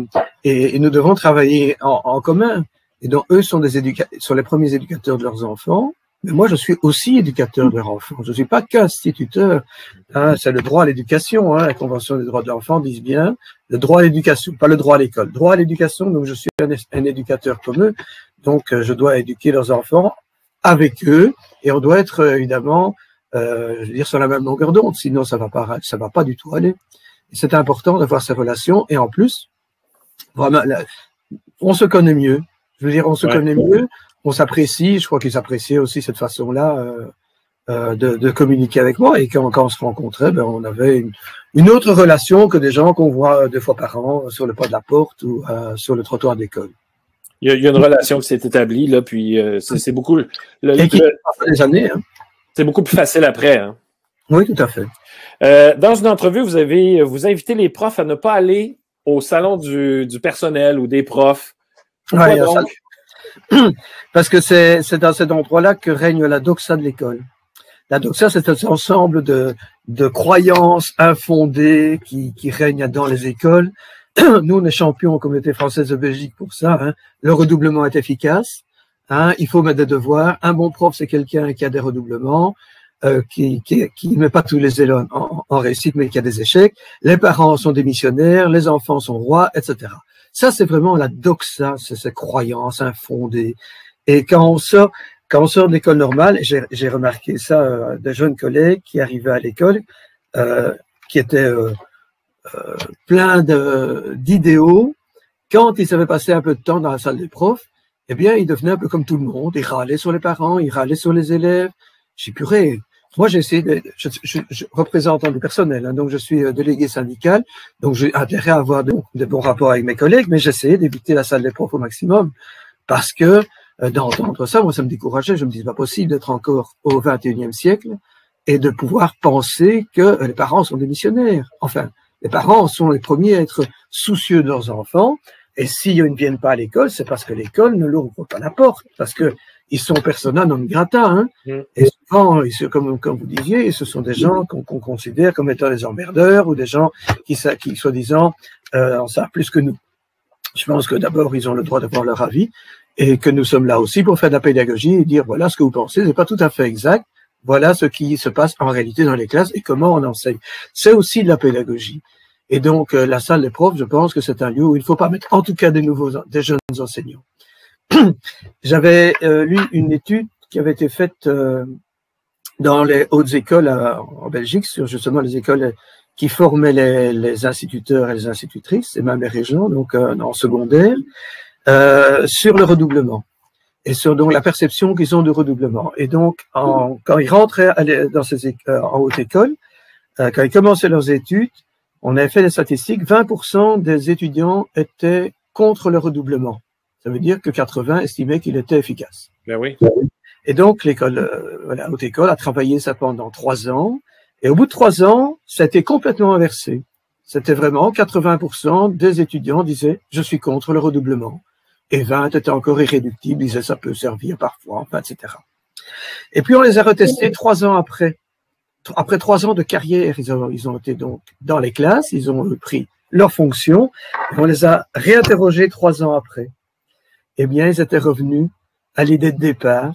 et nous devons travailler en commun. Et donc, eux sont sont les premiers éducateurs de leurs enfants. Mais moi, je suis aussi éducateur de leurs enfants. Je suis pas qu'instituteur. Hein. C'est le droit à l'éducation. Hein. La Convention des droits de l'enfant dit bien le droit à l'éducation, pas le droit à l'école. Droit à l'éducation. Donc, je suis un éducateur comme eux. Donc, je dois éduquer leurs enfants avec eux, et on doit être évidemment, je veux dire, sur la même longueur d'onde, sinon ça va pas du tout aller. Et c'est important d'avoir ces relations, et en plus, vraiment, on se connaît mieux. Je veux dire, on se connaît mieux, on s'apprécie. Je crois qu'ils appréciaient aussi cette façon-là de communiquer avec moi. Et quand on se rencontrait, ben, on avait une autre relation que des gens qu'on voit 2 fois par an sur le pas de la porte ou sur le trottoir d'école. Il y a une relation qui s'est établie, là, puis c'est beaucoup. Des années, hein. C'est beaucoup plus facile après. Hein. Oui, tout à fait. Dans une entrevue, vous invitez les profs à ne pas aller au salon du personnel ou des profs. Ouais, donc? Parce que c'est dans cet endroit-là que règne la doxa de l'école. La doxa, c'est un ensemble de croyances infondées qui règnent dans les écoles. Nous, on est champions en communauté française de Belgique pour ça. Hein. Le redoublement est efficace. Hein. Il faut mettre des devoirs. Un bon prof, c'est quelqu'un qui a des redoublements, qui ne met pas tous les élèves en réussite, mais qui a des échecs. Les parents sont des missionnaires, les enfants sont rois, etc. Ça, c'est vraiment la doxa, c'est ces croyances infondées. Et quand on sort de l'école normale, j'ai remarqué ça, des jeunes collègues qui arrivaient à l'école, qui étaient plein d'idéaux. Quand ils avaient passé un peu de temps dans la salle des profs, eh bien, ils devenaient un peu comme tout le monde. Ils râlaient sur les parents, ils râlaient sur les élèves. J'ai purée. Moi, j'ai essayé je représentant du personnel, hein, donc je suis délégué syndical, donc j'ai intérêt à avoir de bons rapports avec mes collègues, mais j'essayais d'éviter la salle des profs au maximum parce que d'entendre ça, moi, ça me décourageait. Je me disais, pas possible d'être encore au XXIe siècle et de pouvoir penser que les parents sont des missionnaires. Enfin, les parents sont les premiers à être soucieux de leurs enfants. Et s'ils ne viennent pas à l'école, c'est parce que l'école ne leur ouvre pas la porte. Parce que ils sont persona non grata. Hein. Et souvent, comme vous disiez, ce sont des gens qu'on considère comme étant des emmerdeurs ou des gens qui soi-disant, en savent plus que nous. Je pense que d'abord, ils ont le droit d'avoir leur avis et que nous sommes là aussi pour faire de la pédagogie et dire, voilà ce que vous pensez, c'est pas tout à fait exact. Voilà ce qui se passe en réalité dans les classes et comment on enseigne. C'est aussi de la pédagogie. Et donc, la salle des profs, je pense que c'est un lieu où il ne faut pas mettre, en tout cas, des jeunes enseignants. J'avais lu une étude qui avait été faite dans les hautes écoles en Belgique, sur justement les écoles qui formaient les instituteurs et les institutrices, et même les régents, donc en secondaire, sur le redoublement. Et sur donc la perception qu'ils ont du redoublement. Et donc, quand ils rentraient en haute école, quand ils commençaient leurs études, on avait fait des statistiques, 20% des étudiants étaient contre le redoublement. Ça veut dire que 80 estimaient qu'il était efficace. Ben oui. Et donc, l'école, la haute école a travaillé ça pendant 3 ans. Et au bout de 3 ans, ça a été complètement inversé. C'était vraiment 80% des étudiants disaient « je suis contre le redoublement ». Et 20 étaient encore irréductibles, disaient « ça peut servir parfois », enfin, etc. Et puis on les a retestés 3 ans après. Après 3 ans de carrière, ils ont été donc dans les classes, ils ont pris leur fonction, et on les a réinterrogés 3 ans après. Eh bien, ils étaient revenus à l'idée de départ.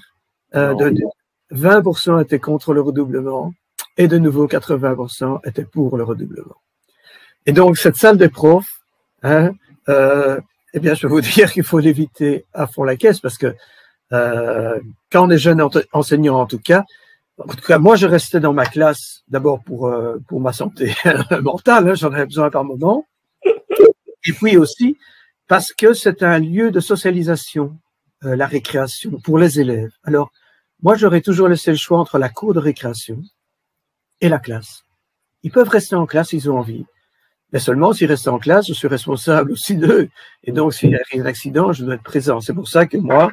20% étaient contre le redoublement et de nouveau 80% étaient pour le redoublement. Et donc, cette salle des profs, eh bien, je vais vous dire qu'il faut l'éviter à fond la caisse parce que quand on est jeune enseignant, en tout cas, moi, je restais dans ma classe d'abord pour ma santé mentale, hein, j'en avais besoin par moment, et puis aussi parce que c'est un lieu de socialisation, la récréation pour les élèves. Alors, moi, j'aurais toujours laissé le choix entre la cour de récréation et la classe. Ils peuvent rester en classe, ils ont envie. Mais seulement s'ils restent en classe, je suis responsable aussi d'eux. Et donc, s'il arrive un accident, je dois être présent. C'est pour ça que moi,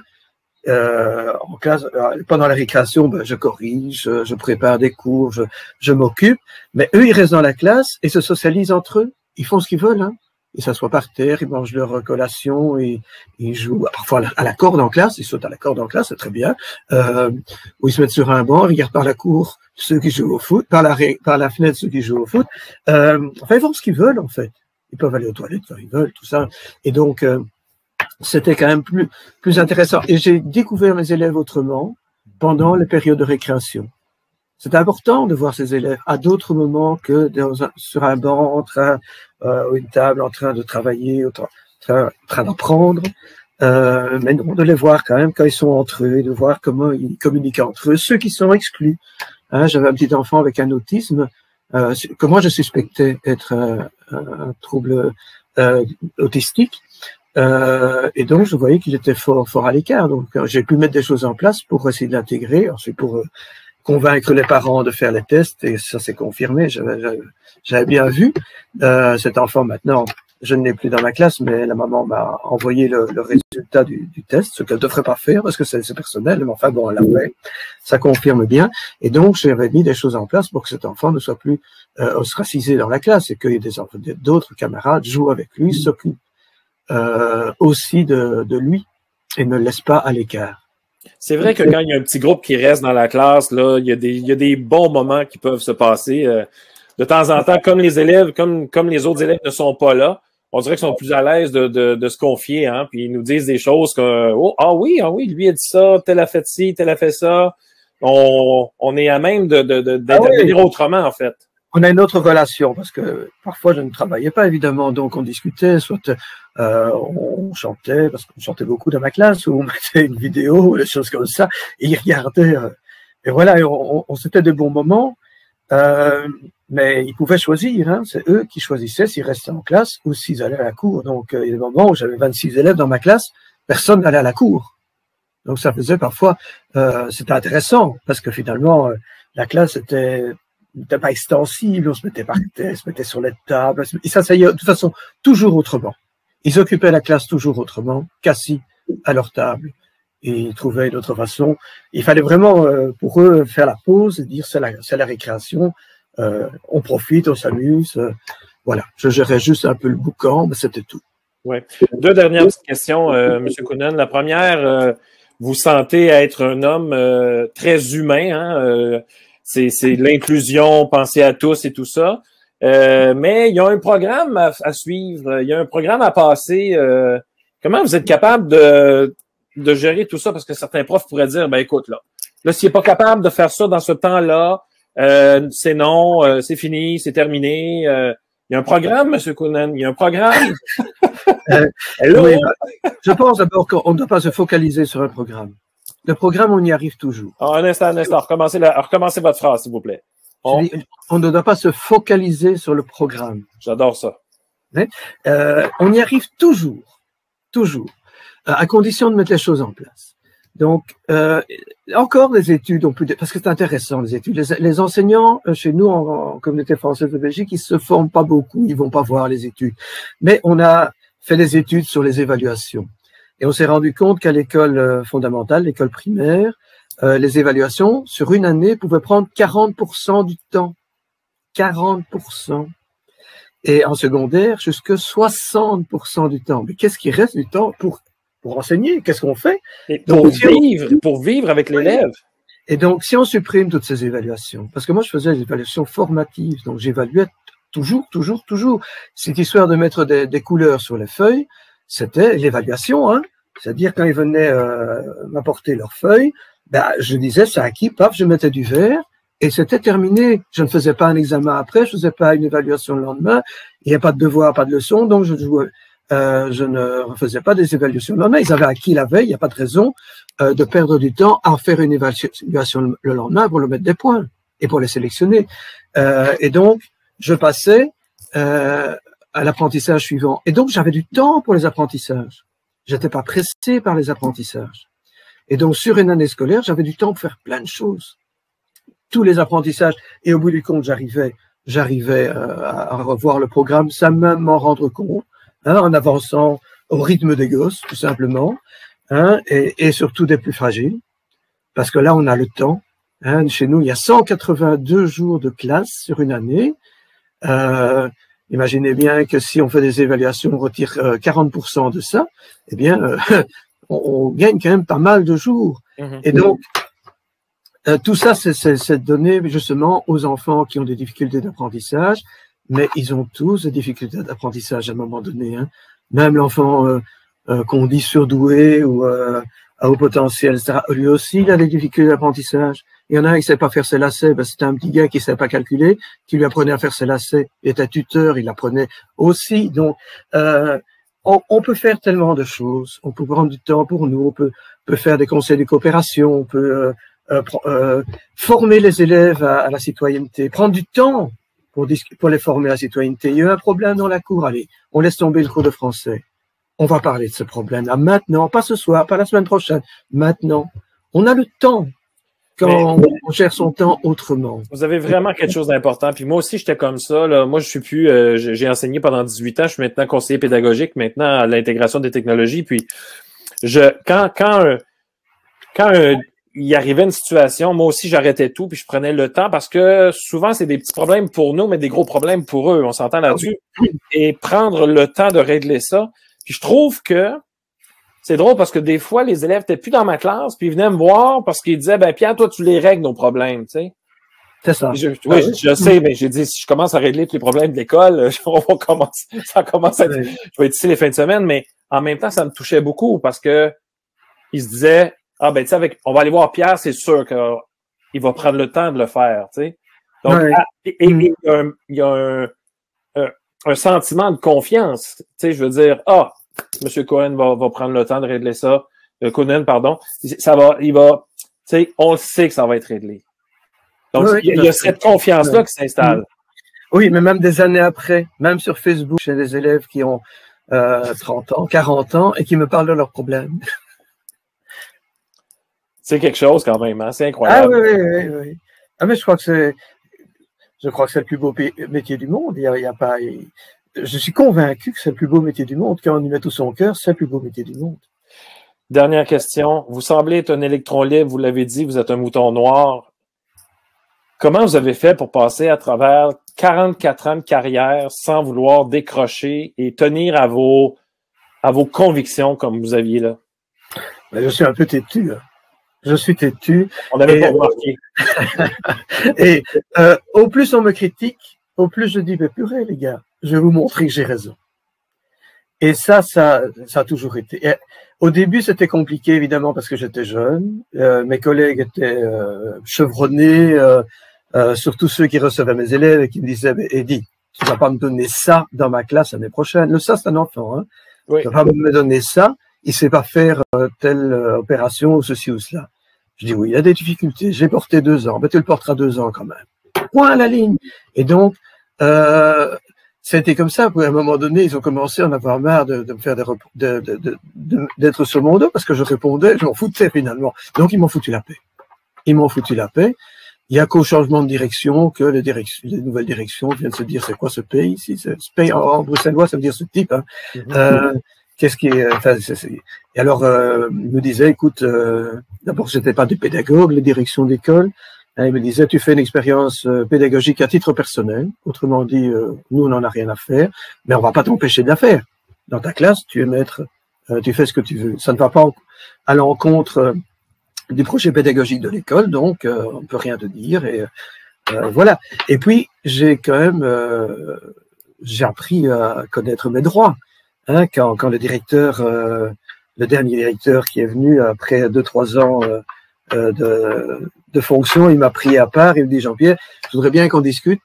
en classe, pendant la récréation, ben, je corrige, je prépare des cours, je m'occupe. Mais eux, ils restent dans la classe et se socialisent entre eux. Ils font ce qu'ils veulent, hein. Ils s'assoient par terre, ils mangent leur collation, ils jouent parfois à la corde en classe, ils sautent à la corde en classe, c'est très bien. Ou ils se mettent sur un banc, ils regardent par la cour ceux qui jouent au foot, par la fenêtre ceux qui jouent au foot. Enfin, ils font ce qu'ils veulent, en fait. Ils peuvent aller aux toilettes quand ils veulent, tout ça. Et donc, c'était quand même plus intéressant. Et j'ai découvert mes élèves autrement pendant les périodes de récréation. C'est important de voir ces élèves à d'autres moments que sur un banc, en train, ou une table, en train de travailler, en train d'apprendre. Mais non, de les voir quand même quand ils sont entre eux, de voir comment ils communiquent entre eux. Ceux qui sont exclus. Hein, j'avais un petit enfant avec un autisme que moi je suspectais être un trouble autistique. Et donc je voyais qu'il était fort à l'écart. Donc j'ai pu mettre des choses en place pour essayer de l'intégrer. Ensuite pour convaincre les parents de faire les tests, et ça s'est confirmé, j'avais bien vu. Cet enfant, maintenant, je ne l'ai plus dans ma classe, mais la maman m'a envoyé le résultat du test, ce qu'elle ne devrait pas faire, parce que c'est personnel, mais enfin bon, elle l'a fait, ça confirme bien. Et donc, j'avais mis des choses en place pour que cet enfant ne soit plus ostracisé dans la classe, et que d'autres camarades jouent avec lui, s'occupent aussi de lui, et ne le laissent pas à l'écart. C'est vrai que quand il y a un petit groupe qui reste dans la classe, là, il y a des bons moments qui peuvent se passer. De temps en temps, comme les élèves, comme les autres élèves ne sont pas là, on dirait qu'ils sont plus à l'aise de se confier, hein, puis ils nous disent des choses que ah oui, lui a dit ça, tel a fait ci, tel a fait ça. On est à même d'intervenir autrement, en fait. On a une autre relation, parce que parfois je ne travaillais pas, évidemment, donc on discutait, soit on chantait, parce qu'on chantait beaucoup dans ma classe, ou on mettait une vidéo, ou des choses comme ça, et ils regardaient, et voilà, on c'était des bons moments, mais ils pouvaient choisir, hein, c'est eux qui choisissaient s'ils restaient en classe ou s'ils allaient à la cour. Donc il y a des moments où j'avais 26 élèves dans ma classe, personne n'allait à la cour. Donc ça faisait parfois, c'était intéressant, parce que finalement, la classe n'était pas extensible, on se mettait par terre, se mettait sur les tables, et ça y est, de toute façon, toujours autrement. Ils occupaient la classe toujours autrement, qu'assis à leur table, et ils trouvaient une autre façon. Il fallait vraiment, pour eux, faire la pause et dire c'est la récréation, on profite, on s'amuse, voilà. Je gérais juste un peu le boucan, mais c'était tout. Ouais. 2 dernières petites questions, M. Kounen. La première, vous sentez être un homme très humain, hein, c'est l'inclusion, penser à tous et tout ça. Mais il y a un programme à suivre, il y a un programme à passer. Comment vous êtes capable de gérer tout ça? Parce que certains profs pourraient dire, ben écoute, là s'il n'est pas capable de faire ça dans ce temps-là, c'est non, c'est fini, c'est terminé. Il y a un programme, M. Kounen, il y a un programme. Oui, je pense d'abord qu'on ne doit pas se focaliser sur un programme. Le programme, on y arrive toujours. Un instant. Recommencez votre phrase, s'il vous plaît. On ne doit pas se focaliser sur le programme. J'adore ça. On y arrive toujours, à condition de mettre les choses en place. Donc, encore des études, parce que c'est intéressant, les études. Les enseignants, chez nous, en communauté française de Belgique, ils se forment pas beaucoup, ils vont pas voir les études. Mais on a fait des études sur les évaluations. Et on s'est rendu compte qu'à l'école fondamentale, l'école primaire, les évaluations, sur une année, pouvaient prendre 40% du temps 40%. Et en secondaire, jusque 60% du temps. Mais qu'est-ce qui reste du temps pour enseigner? Qu'est-ce qu'on fait? Et pour vivre avec l'élève. Et donc, si on supprime toutes ces évaluations, parce que moi, je faisais des évaluations formatives, donc j'évaluais toujours. Cette histoire de mettre des couleurs sur les feuilles, c'était l'évaluation, hein. C'est-à-dire, quand ils venaient m'apporter leurs feuilles, ben, je disais, ça acquis, paf, je mettais du vert, et c'était terminé. Je ne faisais pas un examen après, je faisais pas une évaluation le lendemain, il n'y a pas de devoir, pas de leçon, donc je ne faisais pas des évaluations le lendemain. Ils avaient acquis la veille, il n'y a pas de raison de perdre du temps à faire une évaluation le lendemain pour leur mettre des points et pour les sélectionner. Et donc, je passais à l'apprentissage suivant. Et donc, j'avais du temps pour les apprentissages. J'étais pas pressé par les apprentissages. Et donc, sur une année scolaire, j'avais du temps pour faire plein de choses. Tous les apprentissages. Et au bout du compte, j'arrivais à revoir le programme sans même m'en rendre compte, hein, en avançant au rythme des gosses, tout simplement, hein, et surtout des plus fragiles. Parce que là, on a le temps. Hein, chez nous, il y a 182 jours de classe sur une année. Imaginez bien que si on fait des évaluations, on retire 40% de ça, eh bien, on gagne quand même pas mal de jours. Et donc, tout ça, c'est donné justement aux enfants qui ont des difficultés d'apprentissage, mais ils ont tous des difficultés d'apprentissage à un moment donné. Hein. Même l'enfant qu'on dit surdoué ou à haut potentiel, etc., lui aussi, il a des difficultés d'apprentissage. Il y en a un qui ne sait pas faire ses lacets, ben, c'était un petit gars qui ne savait pas calculer, qui lui apprenait à faire ses lacets. Il était tuteur, il apprenait aussi. Donc, on peut faire tellement de choses. On peut prendre du temps pour nous, on peut faire des conseils de coopération, on peut former les élèves à la citoyenneté, prendre du temps pour les former à la citoyenneté. Il y a eu un problème dans la cour, allez, on laisse tomber le cours de français. On va parler de ce problème-là maintenant, pas ce soir, pas la semaine prochaine, maintenant. On a le temps quand on gère son temps autrement. Vous avez vraiment quelque chose d'important. Puis moi aussi, j'étais comme ça. Là. Moi, je suis plus. J'ai enseigné pendant 18 ans. Je suis maintenant conseiller pédagogique, maintenant à l'intégration des technologies. Puis quand il arrivait une situation, moi aussi, j'arrêtais tout, puis je prenais le temps parce que souvent, c'est des petits problèmes pour nous, mais des gros problèmes pour eux. On s'entend là-dessus. Et prendre le temps de régler ça. Puis je trouve que c'est drôle parce que des fois, les élèves étaient plus dans ma classe, puis ils venaient me voir parce qu'ils disaient, ben Pierre, toi, tu les règles nos problèmes, tu sais. C'est ça. Je sais, mais j'ai dit, si je commence à régler tous les problèmes de l'école, ça commence à être, je vais être ici les fins de semaine, mais en même temps, ça me touchait beaucoup parce que ils se disaient, ah ben tu sais, on va aller voir Pierre, c'est sûr qu'il va prendre le temps de le faire, tu sais. Donc, il y a un sentiment de confiance, tu sais, je veux dire, M. Cohen va prendre le temps de régler ça. Cohen, pardon. Tu sais, on le sait que ça va être réglé. Donc, il y a cette confiance-là qui s'installe. Oui, mais même des années après, même sur Facebook, j'ai des élèves qui ont 30 ans, 40 ans et qui me parlent de leurs problèmes. C'est quelque chose quand même, hein? C'est incroyable. Ah oui. Ah, mais je crois que c'est le plus beau métier du monde. Il y a pas. Je suis convaincu que c'est le plus beau métier du monde. Quand on y met tout son cœur, c'est le plus beau métier du monde. Dernière question. Vous semblez être un électron libre, vous l'avez dit, vous êtes un mouton noir. Comment vous avez fait pour passer à travers 44 ans de carrière sans vouloir décrocher et tenir à vos convictions comme vous aviez là? Ben, je suis un peu têtu. Hein. Je suis têtu. On n'avait pas remarqué. Et au plus on me critique, au plus je dis, mais purée les gars, je vais vous montrer que j'ai raison. Et ça a toujours été. Et au début, c'était compliqué, évidemment, parce que j'étais jeune. Mes collègues étaient chevronnés, surtout ceux qui recevaient mes élèves et qui me disaient, Eddie, tu vas pas me donner ça dans ma classe l'année prochaine. Ça, c'est un enfant. Hein. Oui. Tu vas pas me donner ça. Il sait pas faire telle opération ou ceci ou cela. Je dis, oui, il y a des difficultés. J'ai porté 2 ans. Ben, tu le porteras 2 ans quand même. Point à la ligne. Et donc, c'était comme ça. À un moment donné, ils ont commencé à en avoir marre de me faire d'être sur mon dos parce que je répondais, je m'en foutais finalement. Donc, ils m'ont foutu la paix. Il y a qu'au changement de direction que les nouvelles directions viennent se dire, c'est quoi ce pays ici? Ce pays en bruxellois, ça veut dire ce type. Hein. Qu'est-ce qui est, enfin, et alors, il me disait, écoute, d'abord, c'était pas des pédagogues, les directions d'école. Hein, il me disait, tu fais une expérience pédagogique à titre personnel. Autrement dit, nous, on n'en a rien à faire, mais on va pas t'empêcher de la faire. Dans ta classe, tu es maître, tu fais ce que tu veux. Ça ne va pas à l'encontre du projet pédagogique de l'école, donc on ne peut rien te dire. Et voilà. Et puis, j'ai quand même j'ai appris à connaître mes droits. Hein, quand le directeur, le dernier directeur qui est venu après 2-3 ans de fonction, il m'a pris à part, il me dit, Jean-Pierre, je voudrais bien qu'on discute.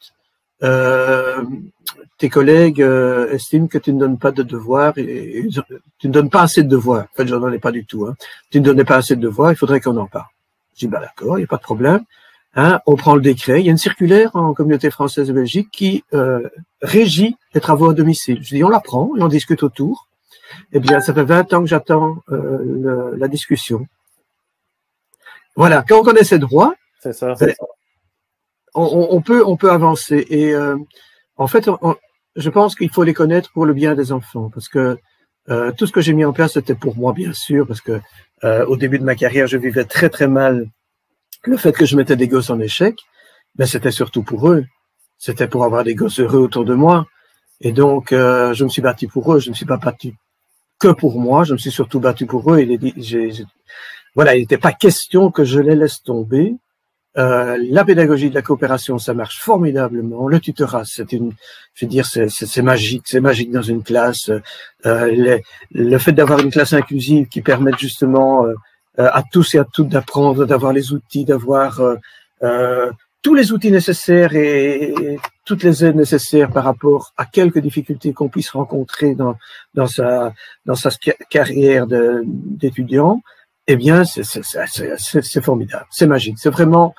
Tes collègues estiment que tu ne donnes pas de devoirs, et tu ne donnes pas assez de devoirs. En fait, je n'en ai pas du tout. Hein. Tu ne donnais pas assez de devoirs, il faudrait qu'on en parle. Je dis, bah d'accord, il n'y a pas de problème. Hein, on prend le décret. Il y a une circulaire en communauté française de Belgique qui régit les travaux à domicile. Je dis, on la prend et on discute autour. Eh bien, ça fait 20 ans que j'attends la discussion. Voilà, quand on connaît ses droits, c'est ça. On peut avancer. Et en fait, je pense qu'il faut les connaître pour le bien des enfants, parce que tout ce que j'ai mis en place, c'était pour moi, bien sûr, parce que au début de ma carrière, je vivais très très mal le fait que je mettais des gosses en échec. Mais c'était surtout pour eux. C'était pour avoir des gosses heureux autour de moi. Et donc, je me suis battu pour eux. Je ne me suis pas battu que pour moi. Je me suis surtout battu pour eux. Voilà, il n'était pas question que je les laisse tomber. La pédagogie de la coopération, ça marche formidablement. Le tutorat, c'est magique dans une classe. Le fait d'avoir une classe inclusive qui permet justement à tous et à toutes d'apprendre, d'avoir les outils, d'avoir tous les outils nécessaires et toutes les aides nécessaires par rapport à quelques difficultés qu'on puisse rencontrer dans sa carrière d'étudiant. Eh bien, c'est formidable, c'est magique, c'est vraiment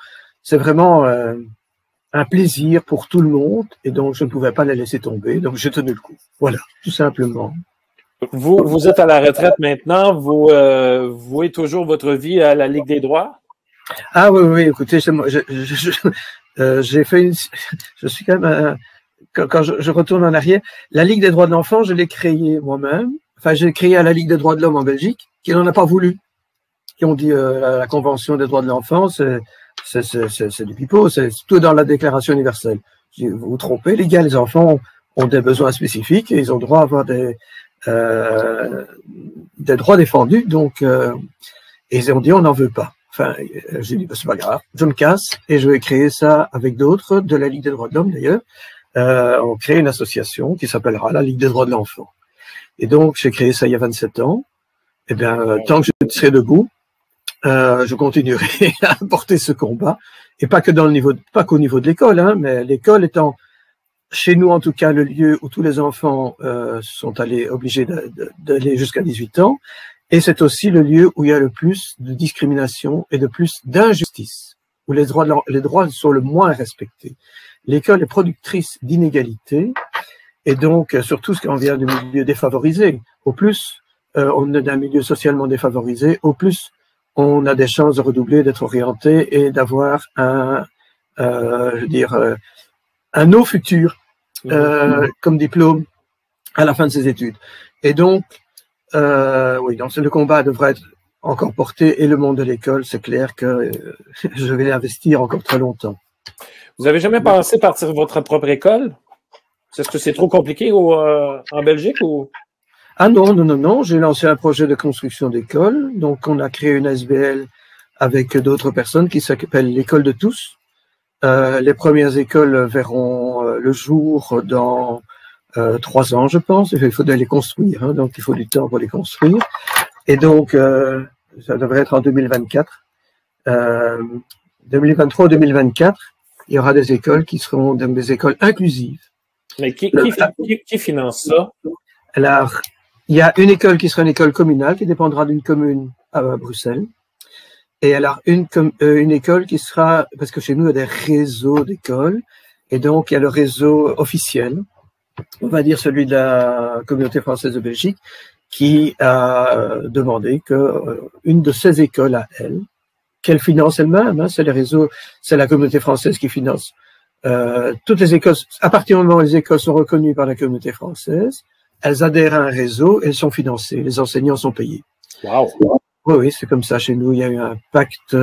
un plaisir pour tout le monde, et donc je ne pouvais pas la laisser tomber, donc j'ai tenu le coup. Voilà, tout simplement. Vous êtes à la retraite maintenant, vous vouez toujours votre vie à la Ligue des droits? Ah oui, écoutez, j'ai fait je suis quand même quand je retourne en arrière, la Ligue des droits de l'enfant, je l'ai créée moi-même. Enfin, j'ai créé à la Ligue des droits de l'homme en Belgique, qui n'en a pas voulu. Qui ont dit la Convention des droits de l'enfant, c'est du pipeau, c'est tout dans la Déclaration universelle. Vous vous trompez, les enfants ont des besoins spécifiques et ils ont droit à avoir des droits défendus. Donc, ils ont dit on n'en veut pas. Enfin, j'ai dit c'est pas grave, je me casse et je vais créer ça avec d'autres de la Ligue des droits de l'homme d'ailleurs. On crée une association qui s'appellera la Ligue des droits de l'enfant. Et donc, j'ai créé ça il y a 27 ans. Eh bien, tant que je serai debout, je continuerai à porter ce combat, et pas qu'au niveau de l'école, hein, mais l'école étant, chez nous en tout cas, le lieu où tous les enfants sont obligés d'aller jusqu'à 18 ans, et c'est aussi le lieu où il y a le plus de discrimination et de plus d'injustice, où les droits sont le moins respectés. L'école est productrice d'inégalités, et donc surtout ce qu'on vient du milieu défavorisé. Au plus on est d'un milieu socialement défavorisé, au plus on a des chances de redoubler, d'être orienté et d'avoir un haut futur comme diplôme à la fin de ses études. Et donc, oui, donc le combat devrait être encore porté, et le monde de l'école, c'est clair que je vais l'investir encore très longtemps. Vous avez jamais pensé partir votre propre école? Est-ce que c'est trop compliqué en Belgique ou? Ah non, j'ai lancé un projet de construction d'école. Donc, on a créé une SBL avec d'autres personnes qui s'appelle l'école de tous. Les premières écoles verront le jour dans 3 ans, je pense. Il faut les construire, hein, donc il faut du temps pour les construire. Et donc, ça devrait être en 2024. 2023-2024, il y aura des écoles qui seront des écoles inclusives. Mais qui finance ça? Alors, il y a une école qui sera une école communale qui dépendra d'une commune à Bruxelles. Et alors, une école qui sera, parce que chez nous, il y a des réseaux d'écoles. Et donc, il y a le réseau officiel, on va dire celui de la communauté française de Belgique, qui a demandé que une de ces écoles à elle, qu'elle finance elle-même, hein, c'est les réseaux, c'est la communauté française qui finance toutes les écoles. À partir du moment où les écoles sont reconnues par la communauté française, elles adhèrent à un réseau, elles sont financées, les enseignants sont payés. Wow. Oui, oui, c'est comme ça. Chez nous, il y a eu un pacte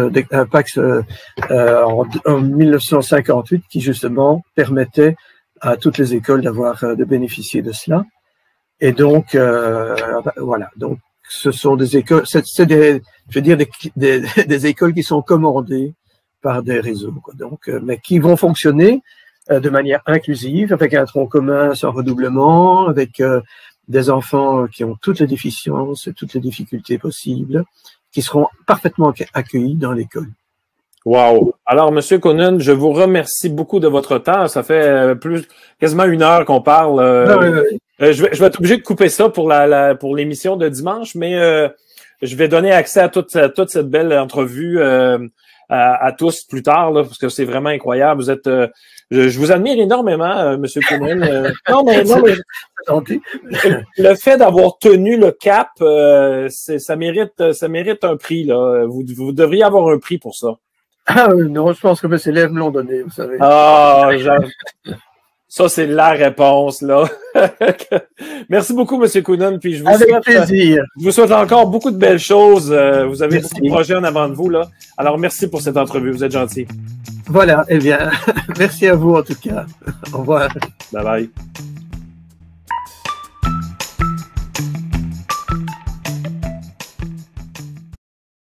en 1958 qui justement permettait à toutes les écoles de bénéficier de cela. Et donc, voilà. Donc, ce sont des écoles, je veux dire, des écoles qui sont commandées par des réseaux, quoi. Donc, mais qui vont fonctionner de manière inclusive, avec un tronc commun sans redoublement, avec des enfants qui ont toutes les déficiences et toutes les difficultés possibles, qui seront parfaitement accueillis dans l'école. Wow! Alors, Monsieur Coonan, je vous remercie beaucoup de votre temps. Ça fait quasiment 1 heure qu'on parle. Je vais être obligé de couper ça pour l'émission de dimanche, mais je vais donner accès à toute cette belle entrevue à tous plus tard, là, parce que c'est vraiment incroyable. Vous êtes, je vous admire énormément, Monsieur Coonan. Non, mais le fait d'avoir tenu le cap, ça mérite un prix, là. Vous devriez avoir un prix pour ça. Ah non, je pense que mes élèves me l'ont donné, vous savez. Ah, ça, c'est la réponse, là. Merci beaucoup, M. Coonan. Puis Avec plaisir. Je vous souhaite encore beaucoup de belles choses. Vous avez beaucoup de projets en avant de vous, là. Alors, merci pour cette entrevue. Vous êtes gentil. Voilà. Eh bien, merci à vous, en tout cas. Au revoir. Bye bye.